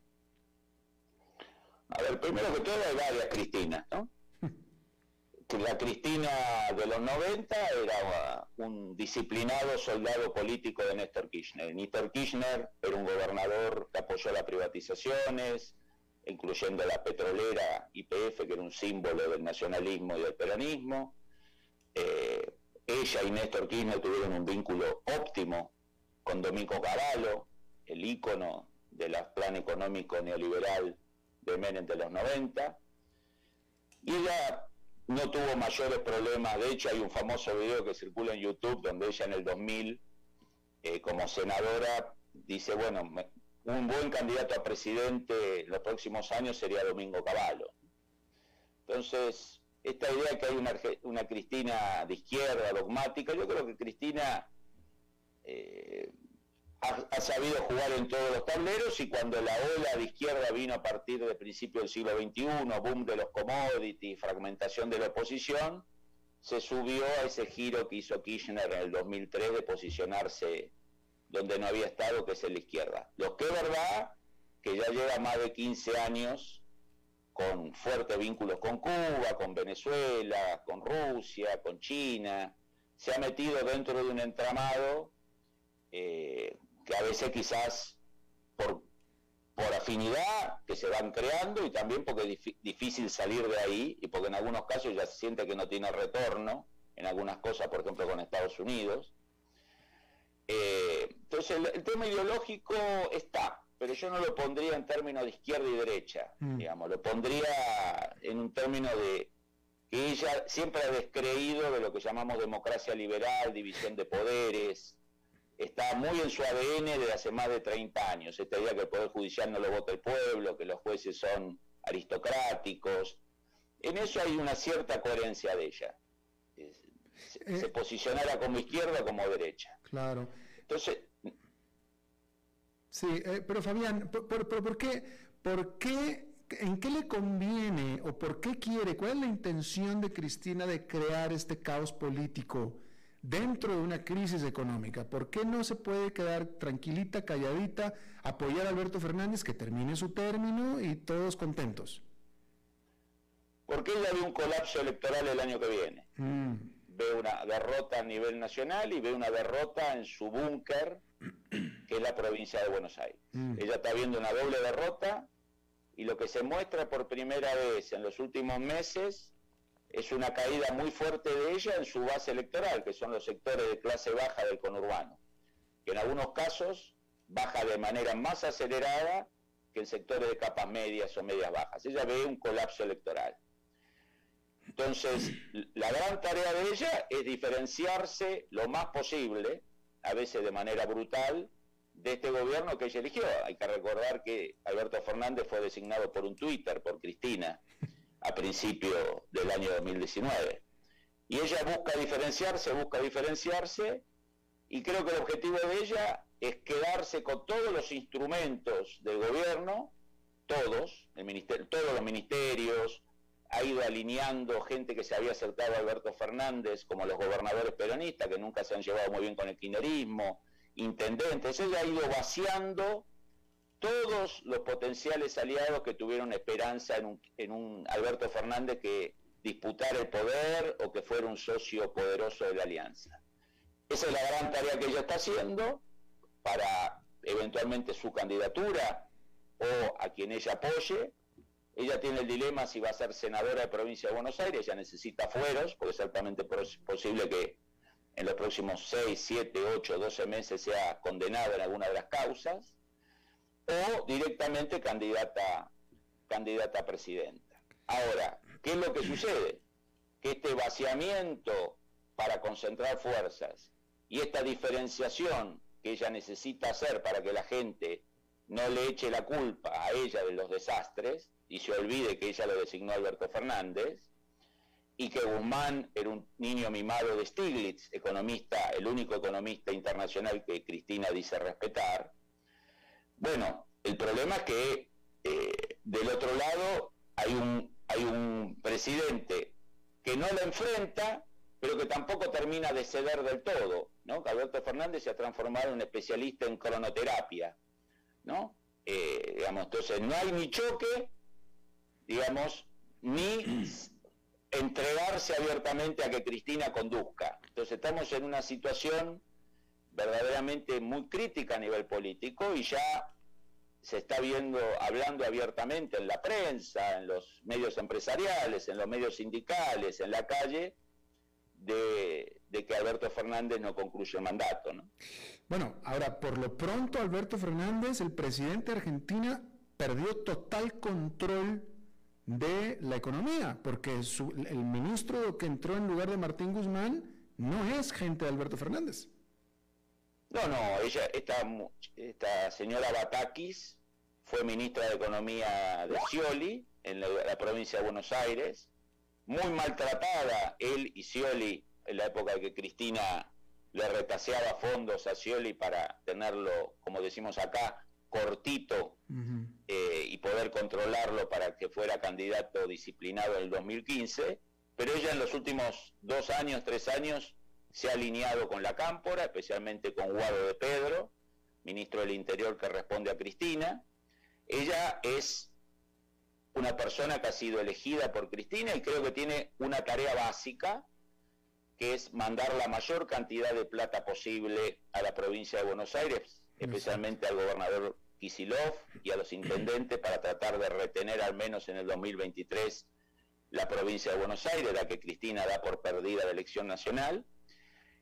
A ver, primero que todo hay varias Cristinas, ¿no? Que la Cristina de los 90 era un disciplinado soldado político de Néstor Kirchner. Néstor Kirchner era un gobernador que apoyó las privatizaciones, incluyendo la petrolera YPF, que era un símbolo del nacionalismo y del peronismo. Ella y Néstor Kirchner tuvieron un vínculo óptimo con Domingo Cavallo, el ícono del plan económico neoliberal de Menem de los 90, y ella no tuvo mayores problemas. De hecho, hay un famoso video que circula en YouTube donde ella en el 2000, como senadora, dice, bueno, un buen candidato a presidente en los próximos años sería Domingo Cavallo. Entonces, esta idea de que hay una Cristina de izquierda, dogmática, yo creo que Cristina ha sabido jugar en todos los tableros, y cuando la ola de izquierda vino a partir del principio del siglo XXI, boom de los commodities, fragmentación de la oposición, se subió a ese giro que hizo Kirchner en el 2003 de posicionarse donde no había estado, que es en la izquierda. Lo que es verdad, que ya lleva más de 15 años con fuertes vínculos con Cuba, con Venezuela, con Rusia, con China, se ha metido dentro de un entramado que a veces quizás por afinidad que se van creando, y también porque es difícil salir de ahí, y porque en algunos casos ya se siente que no tiene retorno en algunas cosas, por ejemplo con Estados Unidos. Entonces el tema ideológico está, pero yo no lo pondría en términos de izquierda y derecha, digamos, lo pondría en un término de que ella siempre ha descreído de lo que llamamos democracia liberal, división de poderes, está muy en su ADN desde hace más de 30 años, esta idea que el Poder Judicial no lo vota el pueblo, que los jueces son aristocráticos, en eso hay una cierta coherencia de ella, se posicionara como izquierda o como derecha. Claro. Entonces... Sí, pero Fabián, ¿por qué, en qué le conviene o por qué quiere, cuál es la intención de Cristina de crear este caos político dentro de una crisis económica? ¿Por qué no se puede quedar tranquilita, calladita, apoyar a Alberto Fernández, que termine su término y todos contentos? Porque ella ve un colapso electoral el año que viene. Ve una derrota a nivel nacional y ve una derrota en su búnker, que es la provincia de Buenos Aires. Ella está viendo una doble derrota y lo que se muestra por primera vez en los últimos meses es una caída muy fuerte de ella en su base electoral, que son los sectores de clase baja del conurbano, que en algunos casos baja de manera más acelerada que en sectores de capas medias o medias bajas. Ella ve un colapso electoral. Entonces, la gran tarea de ella es diferenciarse lo más posible, a veces de manera brutal, de este gobierno que ella eligió. Hay que recordar que Alberto Fernández fue designado por un Twitter, por Cristina, a principio del año 2019. Y ella busca diferenciarse, y creo que el objetivo de ella es quedarse con todos los instrumentos del gobierno, todos los ministerios, ha ido alineando gente que se había acercado a Alberto Fernández, como los gobernadores peronistas, que nunca se han llevado muy bien con el kirchnerismo, intendentes. Ella ha ido vaciando todos los potenciales aliados que tuvieron esperanza en un Alberto Fernández que disputara el poder o que fuera un socio poderoso de la alianza. Esa es la gran tarea que ella está haciendo para eventualmente su candidatura o a quien ella apoye. Ella tiene el dilema si va a ser senadora de Provincia de Buenos Aires, ella necesita fueros, porque es altamente posible que en los próximos 6, 7, 8, 12 meses sea condenada en alguna de las causas, o directamente candidata a presidenta. Ahora, ¿qué es lo que sucede? Que este vaciamiento para concentrar fuerzas y esta diferenciación que ella necesita hacer para que la gente no le eche la culpa a ella de los desastres, y se olvide que ella lo designó Alberto Fernández, y que Guzmán era un niño mimado de Stiglitz, economista, el único economista internacional que Cristina dice respetar. Bueno, el problema es que del otro lado hay un presidente que no la enfrenta, pero que tampoco termina de ceder del todo, ¿no? Que Alberto Fernández se ha transformado en un especialista en cronoterapia, ¿no? Digamos, entonces no hay ni choque, digamos, ni entregarse abiertamente a que Cristina conduzca. Entonces estamos en una situación verdaderamente muy crítica a nivel político y ya se está hablando abiertamente en la prensa, en los medios empresariales, en los medios sindicales, en la calle, de que Alberto Fernández no concluye el mandato, ¿no? Bueno, ahora, por lo pronto, Alberto Fernández, el presidente de Argentina, perdió total control de la economía, porque el ministro que entró en lugar de Martín Guzmán no es gente de Alberto Fernández. No, esta señora Batakis fue ministra de Economía de Scioli en la provincia de Buenos Aires, muy maltratada, él y Scioli, en la época que Cristina le retaseaba fondos a Scioli para tenerlo, como decimos acá, cortito, y poder controlarlo para que fuera candidato disciplinado en el 2015, pero ella en los últimos 2 años, 3 años, se ha alineado con la Cámpora, especialmente con Guado de Pedro, ministro del Interior que responde a Cristina. Ella es una persona que ha sido elegida por Cristina y creo que tiene una tarea básica, que es mandar la mayor cantidad de plata posible a la provincia de Buenos Aires, especialmente al gobernador Kicillof y a los intendentes, para tratar de retener al menos en el 2023 la provincia de Buenos Aires, la que Cristina da por perdida la elección nacional.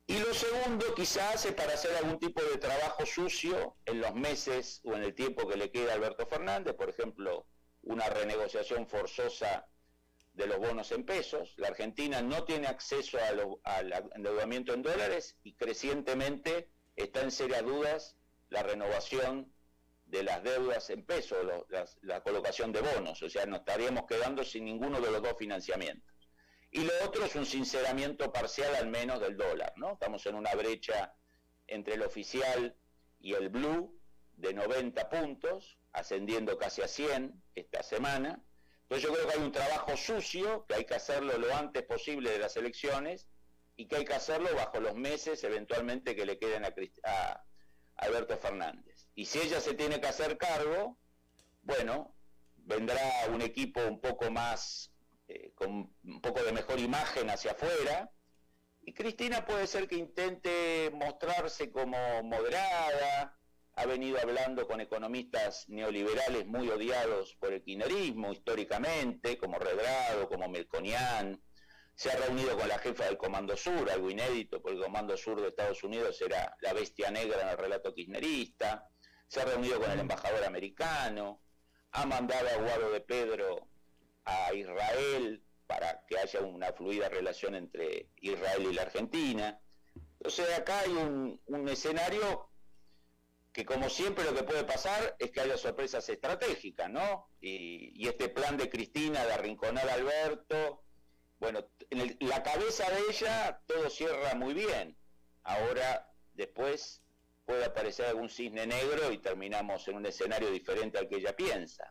Y lo segundo quizás es para hacer algún tipo de trabajo sucio en los meses o en el tiempo que le queda a Alberto Fernández, por ejemplo, una renegociación forzosa de los bonos en pesos. La Argentina no tiene acceso al endeudamiento en dólares y crecientemente está en serias dudas la renovación de las deudas en pesos, la colocación de bonos, o sea, nos estaríamos quedando sin ninguno de los dos financiamientos. Y lo otro es un sinceramiento parcial al menos del dólar, ¿no? Estamos en una brecha entre el oficial y el blue de 90 puntos, ascendiendo casi a 100 esta semana. Entonces yo creo que hay un trabajo sucio, que hay que hacerlo lo antes posible de las elecciones y que hay que hacerlo bajo los meses eventualmente que le queden a Alberto Fernández. Y si ella se tiene que hacer cargo, bueno, vendrá un equipo un poco más, con un poco de mejor imagen hacia afuera, y Cristina puede ser que intente mostrarse como moderada. Ha venido hablando con economistas neoliberales muy odiados por el kirchnerismo históricamente, como Redrado, como Melconian. Se ha reunido con la jefa del Comando Sur, algo inédito, porque el Comando Sur de Estados Unidos era la bestia negra en el relato kirchnerista. Se ha reunido con el embajador americano, ha mandado a Guado de Pedro a Israel para que haya una fluida relación entre Israel y la Argentina. Entonces acá hay un escenario que, como siempre, lo que puede pasar es que haya sorpresas estratégicas, ¿no? Y este plan de Cristina de arrinconar a Alberto, bueno, en la cabeza de ella todo cierra muy bien. Ahora, después puede aparecer algún cisne negro y terminamos en un escenario diferente al que ella piensa.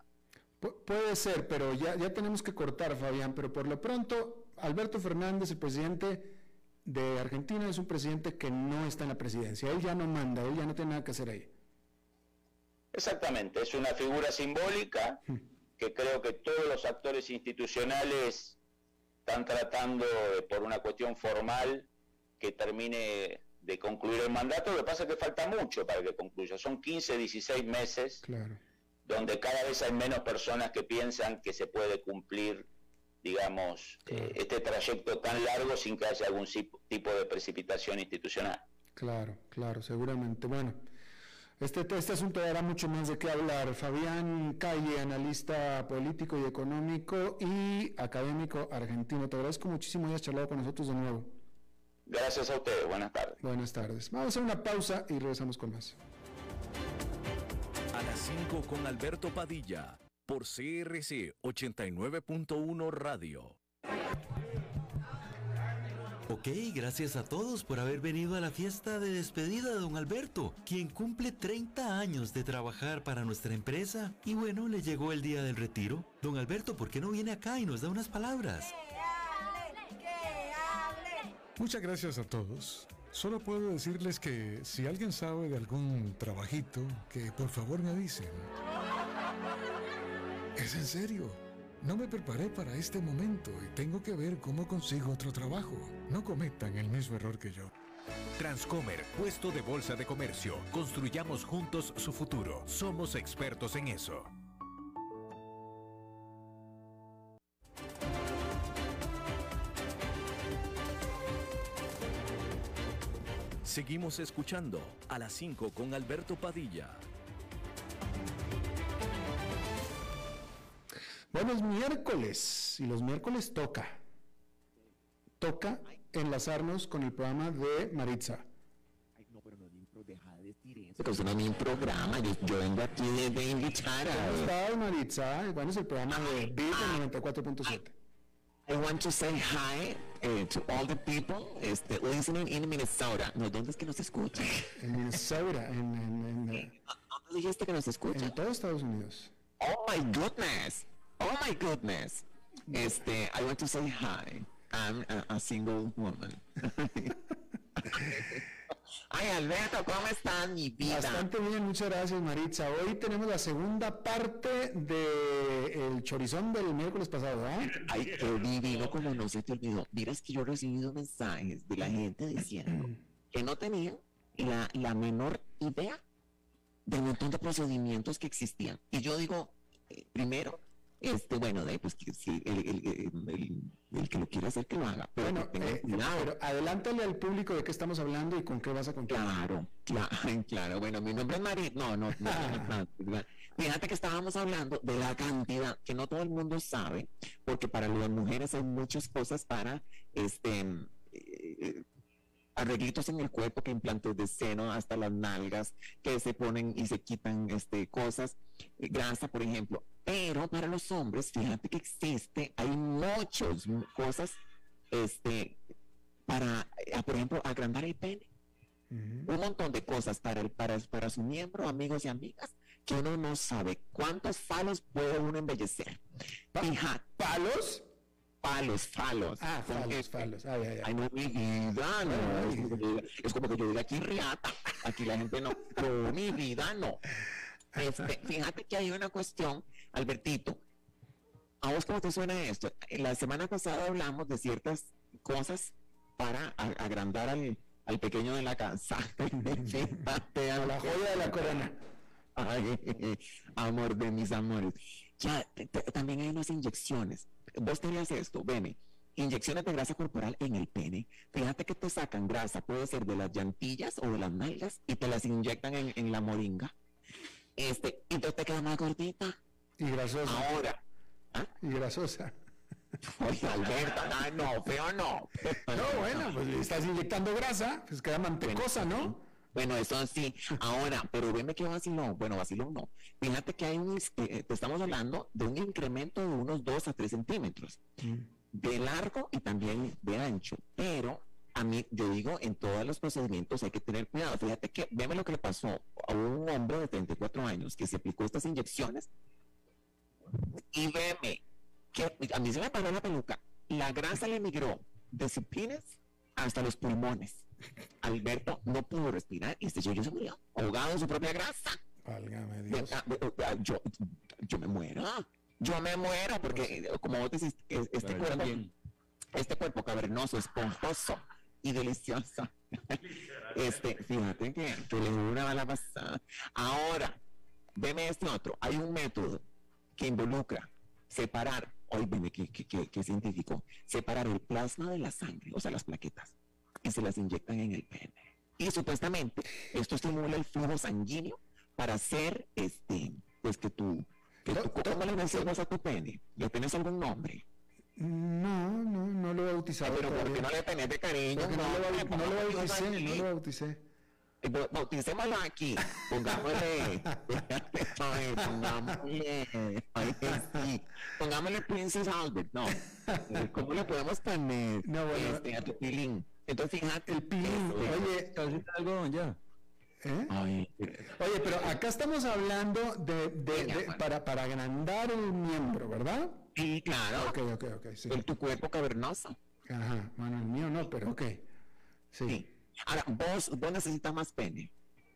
Puede ser, pero ya tenemos que cortar, Fabián, pero por lo pronto, Alberto Fernández, el presidente de Argentina, es un presidente que no está en la presidencia, él ya no manda, él ya no tiene nada que hacer ahí. Exactamente, es una figura simbólica que creo que todos los actores institucionales están tratando por una cuestión formal que termine de concluir el mandato. Lo que pasa es que falta mucho para que concluya, son 15, 16 meses, claro, donde cada vez hay menos personas que piensan que se puede cumplir, digamos, claro, este trayecto tan largo sin que haya algún tipo de precipitación institucional. Claro, claro, seguramente. Bueno, este asunto dará mucho más de qué hablar. Fabián Calle, analista político y económico y académico argentino. Te agradezco muchísimo que hayas charlado con nosotros de nuevo. Gracias a ustedes, buenas tardes. Buenas tardes. Vamos a hacer una pausa y regresamos con más. A las 5 con Alberto Padilla, por CRC 89.1 Radio. Ok, gracias a todos por haber venido a la fiesta de despedida de don Alberto, quien cumple 30 años de trabajar para nuestra empresa. Y bueno, le llegó el día del retiro. Don Alberto, ¿por qué no viene acá y nos da unas palabras? Muchas gracias a todos. Solo puedo decirles que si alguien sabe de algún trabajito, que por favor me avisen. Es en serio. No me preparé para este momento y tengo que ver cómo consigo otro trabajo. No cometan el mismo error que yo. Transcomer, puesto de bolsa de comercio. Construyamos juntos su futuro. Somos expertos en eso. Seguimos escuchando a las 5 con Alberto Padilla. Bueno, es miércoles y los miércoles toca enlazarnos con el programa de Maritza. Ay, no, pero no, deja de decir eso. Pero eso no es mi programa, yo vengo aquí de invitar a... ¿Cómo estás, Maritza? Bueno, es el programa de Beat en 94.7. I want to say hi to all the people listening in Minnesota. No, ¿dónde es que nos escuchan? En Minnesota, ¿Dónde dijiste que nos escuchan? En todos Estados Unidos. Oh my goodness. Oh my goodness. I want to say hi. I'm a single woman. Ay, Alberto, ¿cómo estás, mi vida? Bastante bien, muchas gracias, Maritza. Hoy tenemos la segunda parte del chorizón del miércoles pasado, ¿eh? Ay, qué divino, como no se te olvidó. Miras que yo he recibido mensajes de la gente diciendo que no tenían la menor idea del montón de procedimientos que existían. Y yo digo, primero, bueno, pues que si el que lo quiere puede ser que lo haga. Pero bueno, pero adelántale al público de qué estamos hablando y con qué vas a contar. Claro. Bueno, mi nombre es Marit. No. Fíjate que estábamos hablando de la cantidad que no todo el mundo sabe, porque para las mujeres hay muchas cosas para arreglitos en el cuerpo, que implantes de seno hasta las nalgas, que se ponen y se quitan cosas, grasa, por ejemplo. Pero para los hombres, fíjate que hay muchas cosas para, por ejemplo, agrandar el pene. Un montón de cosas para su miembro, amigos y amigas, que uno no sabe cuántos falos puede uno embellecer. Fíjate. ¿Palos? Falos. Falos. Ay, no, mi vida, no. Es como que yo diga aquí riata. Aquí la gente no. No, mi vida, no. Fíjate que hay una cuestión, Albertito. ¿A vos cómo te suena esto? La semana pasada hablamos de ciertas cosas para agrandar al pequeño de la casa. Fíjate, a la joya de la corona. Ay, amor de mis amores. Ya, también hay unas inyecciones. Vos tenías esto, veme, inyecciones de grasa corporal en el pene. Fíjate que te sacan grasa, puede ser de las llantillas o de las nalgas, y te las inyectan en la moringa. Entonces te queda más gordita. Y grasosa. Ahora. Y grasosa. Oye, Alberto, no, feo no. No, bueno, pues estás inyectando grasa, pues queda mantecosa, ¿no? Bueno, eso sí. Ahora, pero veme que vacilón. Bueno, vacilón no. Fíjate que hay te estamos hablando de un incremento de unos 2 a 3 centímetros de largo y también de ancho. Pero a mí, yo digo, en todos los procedimientos hay que tener cuidado. Fíjate que, veme lo que le pasó a un hombre de 34 años que se aplicó estas inyecciones, y veme que a mí se me paró la peluca. La grasa le migró de sus pines hasta los pulmones. Alberto no pudo respirar y yo se murió, ahogado en su propia grasa. Válgame Dios. Yo me muero porque, como vos decís, este cuerpo cavernoso, esponjoso y delicioso. Fíjate que le dio una bala pasada. Ahora, veme otro. Hay un método que involucra separar, hoy veme que científico, separar el plasma de la sangre, o sea, las plaquetas, y se las inyectan en el pene. Y supuestamente esto estimula el flujo sanguíneo para hacer pues que tú ¿cómo le mencionas a tu pene? ¿Le tienes algún nombre? No lo he bautizado. Pero ¿por qué no le tenés de cariño? No lo bauticé. Bauticémoslo aquí. Pongámosle Princess Albert. No. ¿Cómo le podemos poner a tu pilín? Entonces fíjate. El pilín. Oye, algo ya. Oye, pero acá estamos hablando para agrandar el miembro, ¿verdad? Sí, claro. Ok, sí. Tu cuerpo cavernoso. Ajá, bueno, el mío no, pero ok. Sí. Ahora, vos necesitas más pene.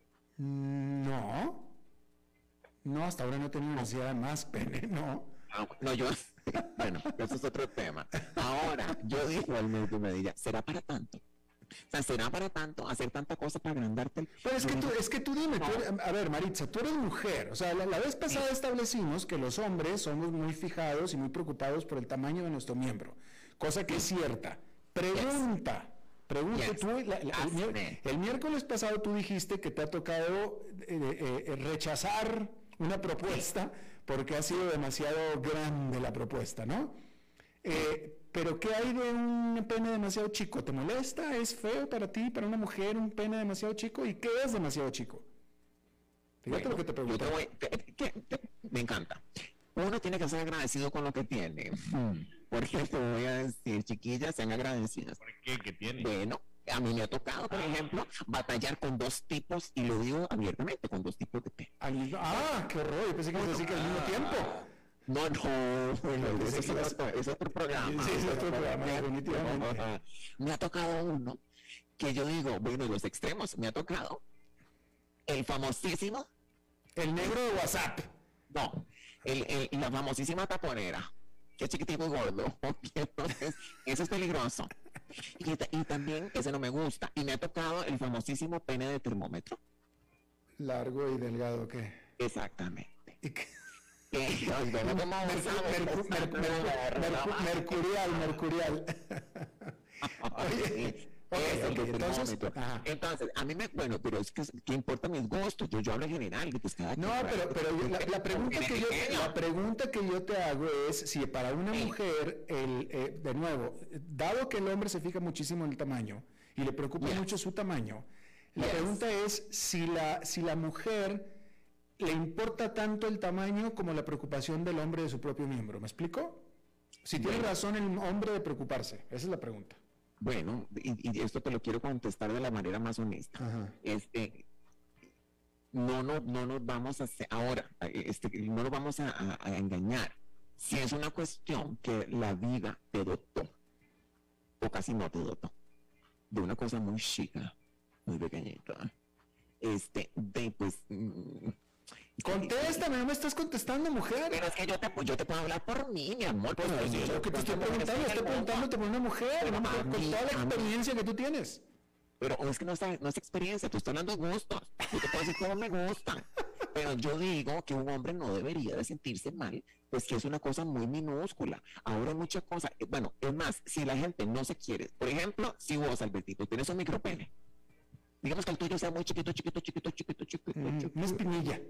No, hasta ahora no he tenido necesidad de más pene, no. No, yo, bueno, eso es otro tema. Ahora, yo digo al médico Medilla, ¿será para tanto? O sea, ¿será para tanto hacer tanta cosa para agrandarte? Pero es que tú dime, a ver, Maritza, tú eres mujer. O sea, la vez pasada establecimos que los hombres somos muy fijados y muy preocupados por el tamaño de nuestro miembro, cosa que es cierta. Pregunta, tú, el miércoles pasado tú dijiste que te ha tocado rechazar una propuesta porque ha sido demasiado grande la propuesta, ¿no? Pero ¿qué hay de un pene demasiado chico? ¿Te molesta? ¿Es feo para ti, para una mujer, un pene demasiado chico? ¿Y qué es demasiado chico? Fíjate lo que te pregunto. Me encanta. Uno tiene que ser agradecido con lo que tiene. Porque te voy a decir, chiquillas, sean agradecidas. ¿Por qué? ¿Qué tiene? Bueno, a mí me ha tocado, por ejemplo, batallar con 2 tipos, y lo digo abiertamente, con 2 tipos de pene. ¡Qué horror! Yo pensé que ibas a decir que al mismo tiempo. No, es otro programa. Sí, es otro programa, definitivamente. Me ha tocado uno que yo digo, bueno, los extremos, me ha tocado el famosísimo. El negro de WhatsApp. No, la famosísima taponera, que es chiquitito y gordo. Entonces, eso es peligroso. Y también ese no me gusta. Y me ha tocado el famosísimo pene de termómetro. Largo y delgado, ¿qué? Exactamente. ¿Y qué? Mercurial. Entonces, a mí pero es que ¿qué importa mis gustos? Yo hablo en general. Pues la pregunta que yo te hago es si para una mujer, de nuevo, dado que el hombre se fija muchísimo en el tamaño y le preocupa mucho su tamaño, la pregunta es si la mujer le importa tanto el tamaño como la preocupación del hombre de su propio miembro. ¿Me explico? Si tiene razón el hombre de preocuparse. Esa es la pregunta. Bueno, y esto te lo quiero contestar de la manera más honesta. Ajá. No nos vamos a hacer, ahora, no nos vamos a engañar. Si es una cuestión que la vida te dotó, o casi no te dotó, de una cosa muy chica, muy pequeñita, Contéstame, no me estás contestando, mujer. Pero es que yo te puedo hablar por mí, mi amor. Pues es lo que te estoy preguntándote por una mujer, con toda la experiencia que tú tienes. Pero es que no es experiencia, tú estás hablando de gustos. Yo te puedo decir cómo me gusta. Pero yo digo que un hombre no debería de sentirse mal, pues que es una cosa muy minúscula. Ahora hay muchas cosas. Bueno, es más, si la gente no se quiere, por ejemplo, si vos, Albertito, tienes un micropene, digamos que el tuyo sea muy chiquito. Una espinilla.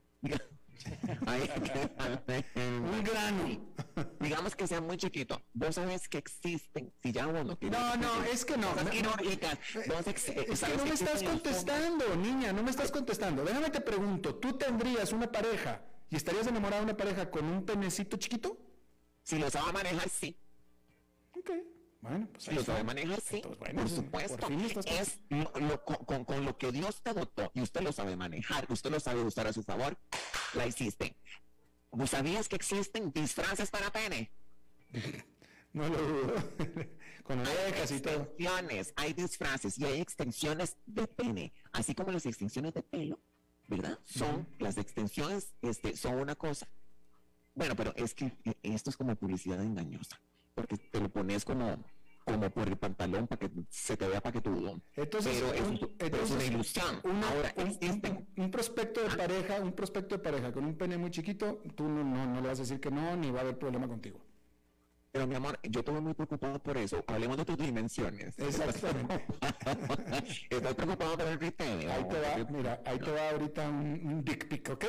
Un grano. Digamos que sea muy chiquito. Vos sabes que existen. Si ya uno tiene. No, es que no. Es que no me estás contestando, niña, no me estás contestando. Déjame te pregunto, ¿tú tendrías una pareja y estarías enamorada de una pareja con un penecito chiquito? Si lo sabe manejar, sí. Ok. Bueno, pues si lo sabe manejar, sí, por supuesto. Es con lo que Dios te dotó y usted lo sabe manejar, usted lo sabe usar a su favor, la hiciste. ¿Vos sabías que existen disfraces para pene? No lo dudo. Con orejas y todo. Hay disfraces y hay extensiones de pene, así como las extensiones de pelo, ¿verdad? Las extensiones, son una cosa. Bueno, pero es que esto es como publicidad engañosa, porque te lo pones como por el pantalón para que se te vea paquetudo. Entonces, pero es una ilusión. Ahora un prospecto de pareja con un pene muy chiquito, tú no le vas a decir que no, ni va a haber problema contigo. Pero mi amor, yo estoy muy preocupado por eso. Hablemos de tus dimensiones. Exactamente. Estoy preocupado por el criterio. Ahí te va ahorita un dick pic, ¿ok?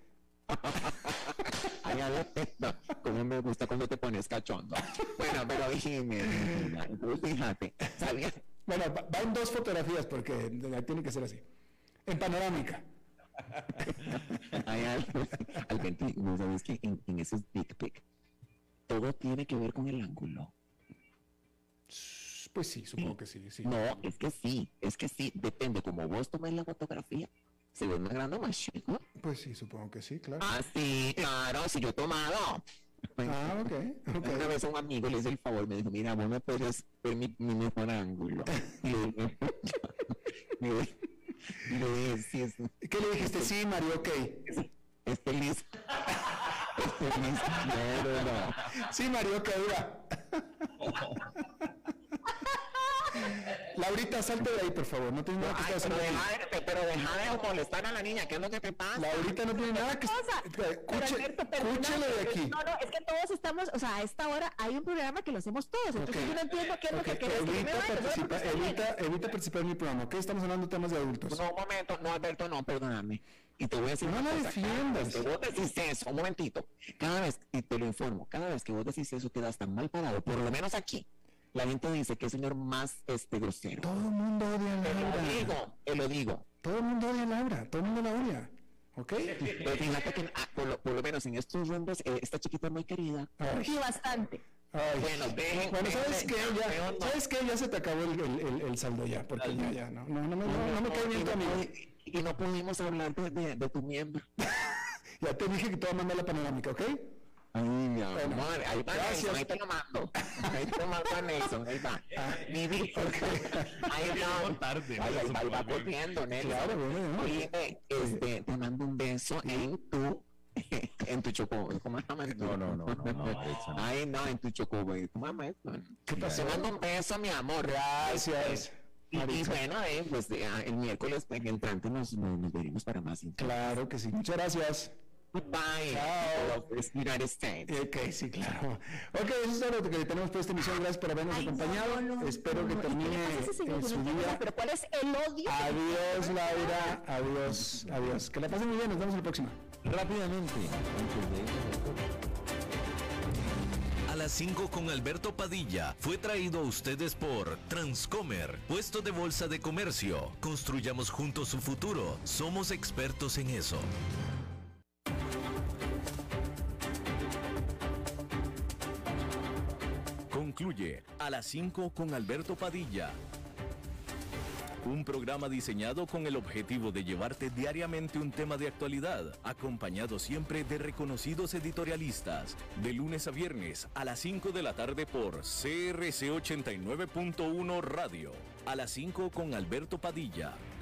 Como me gusta cuando te pones cachondo. Bueno, pero fíjate, ¿sabías? Bueno, va en 2 fotografías porque tiene que ser así. En panorámica. Hay algo, ¿no sabes que en esos dick pic todo tiene que ver con el ángulo? Pues sí, supongo que sí. No, es que sí, depende como vos tomes la fotografía. ¿Se ve más grande o más chico? Pues sí, supongo que sí, claro. Ah, sí, claro, si yo he tomado. Ok. Una vez un amigo le hizo el favor, me dijo, mira, vos me puedes ver mi mejor ángulo. ¿Qué le dijiste? Sí, Mario, ok. Es feliz. No. Sí, Mario, ok, va. Laurita, salte de ahí, por favor. No tiene nada que hacer. Pero deja de molestar a la niña. ¿Qué es lo que te pasa? Laurita no tiene nada que hacer. Escúchale de aquí. No, es que todos estamos, o sea, a esta hora hay un programa que lo hacemos todos. Entonces yo no entiendo qué es lo que querés Evita participar en mi programa, ¿ok? Estamos hablando de temas de adultos. No, un momento. No, Alberto, no, perdóname. Y te voy a decir no la defiendas. Si vos decís eso, un momentito. Y te lo informo, cada vez que vos decís eso quedas tan mal parado, por lo menos aquí. La gente dice que es el señor más grosero. Todo el mundo odia a Laura. Te lo digo. Todo el mundo odia a Laura. Todo el mundo la odia. ¿Ok? Pero fíjate que por lo menos en estos rumbos, esta chiquita es muy querida. Sí, bastante. Ay. Bueno, ¿sabes qué? Ya se te acabó el saldo ya. Porque ya, no me cae bien tu amigo. Y no pudimos hablar de tu miembro. Ya te dije que te voy a mandar la panorámica, ¿ok? Ay, mi amor, ahí va Nelson, ahí te lo mando. Ahí te lo mando a Nelson, ahí va. Mi vida. Ahí va corriendo, Nelson. Claro, bueno. Oye, te mando un beso en tu choco. ¿Cómo se llama? No. Ay, no, en tu choco, güey. ¿Cómo se llama esto? ¿Qué pasó? Te mando un beso, mi amor. Gracias. Y bueno, pues el miércoles entrante nos veremos para más. Claro que sí. Muchas gracias. Goodbye. Chao. United States. Ok, sí, claro. Ok, eso es todo lo que tenemos por esta emisión. Gracias por habernos acompañado. Espero que termine su día. Pero ¿cuál es el odio? Adiós, Laura. Adiós. Que la pasen muy bien. Nos vemos en la próxima. Rápidamente, antes de A las 5 con Alberto Padilla fue traído a ustedes por Transcomer, puesto de bolsa de comercio. Construyamos juntos su futuro. Somos expertos en eso. Concluye A las 5 con Alberto Padilla. Un programa diseñado con el objetivo de llevarte diariamente un tema de actualidad, acompañado siempre de reconocidos editorialistas, de lunes a viernes a las 5 de la tarde por CRC 89.1 Radio. A las 5 con Alberto Padilla.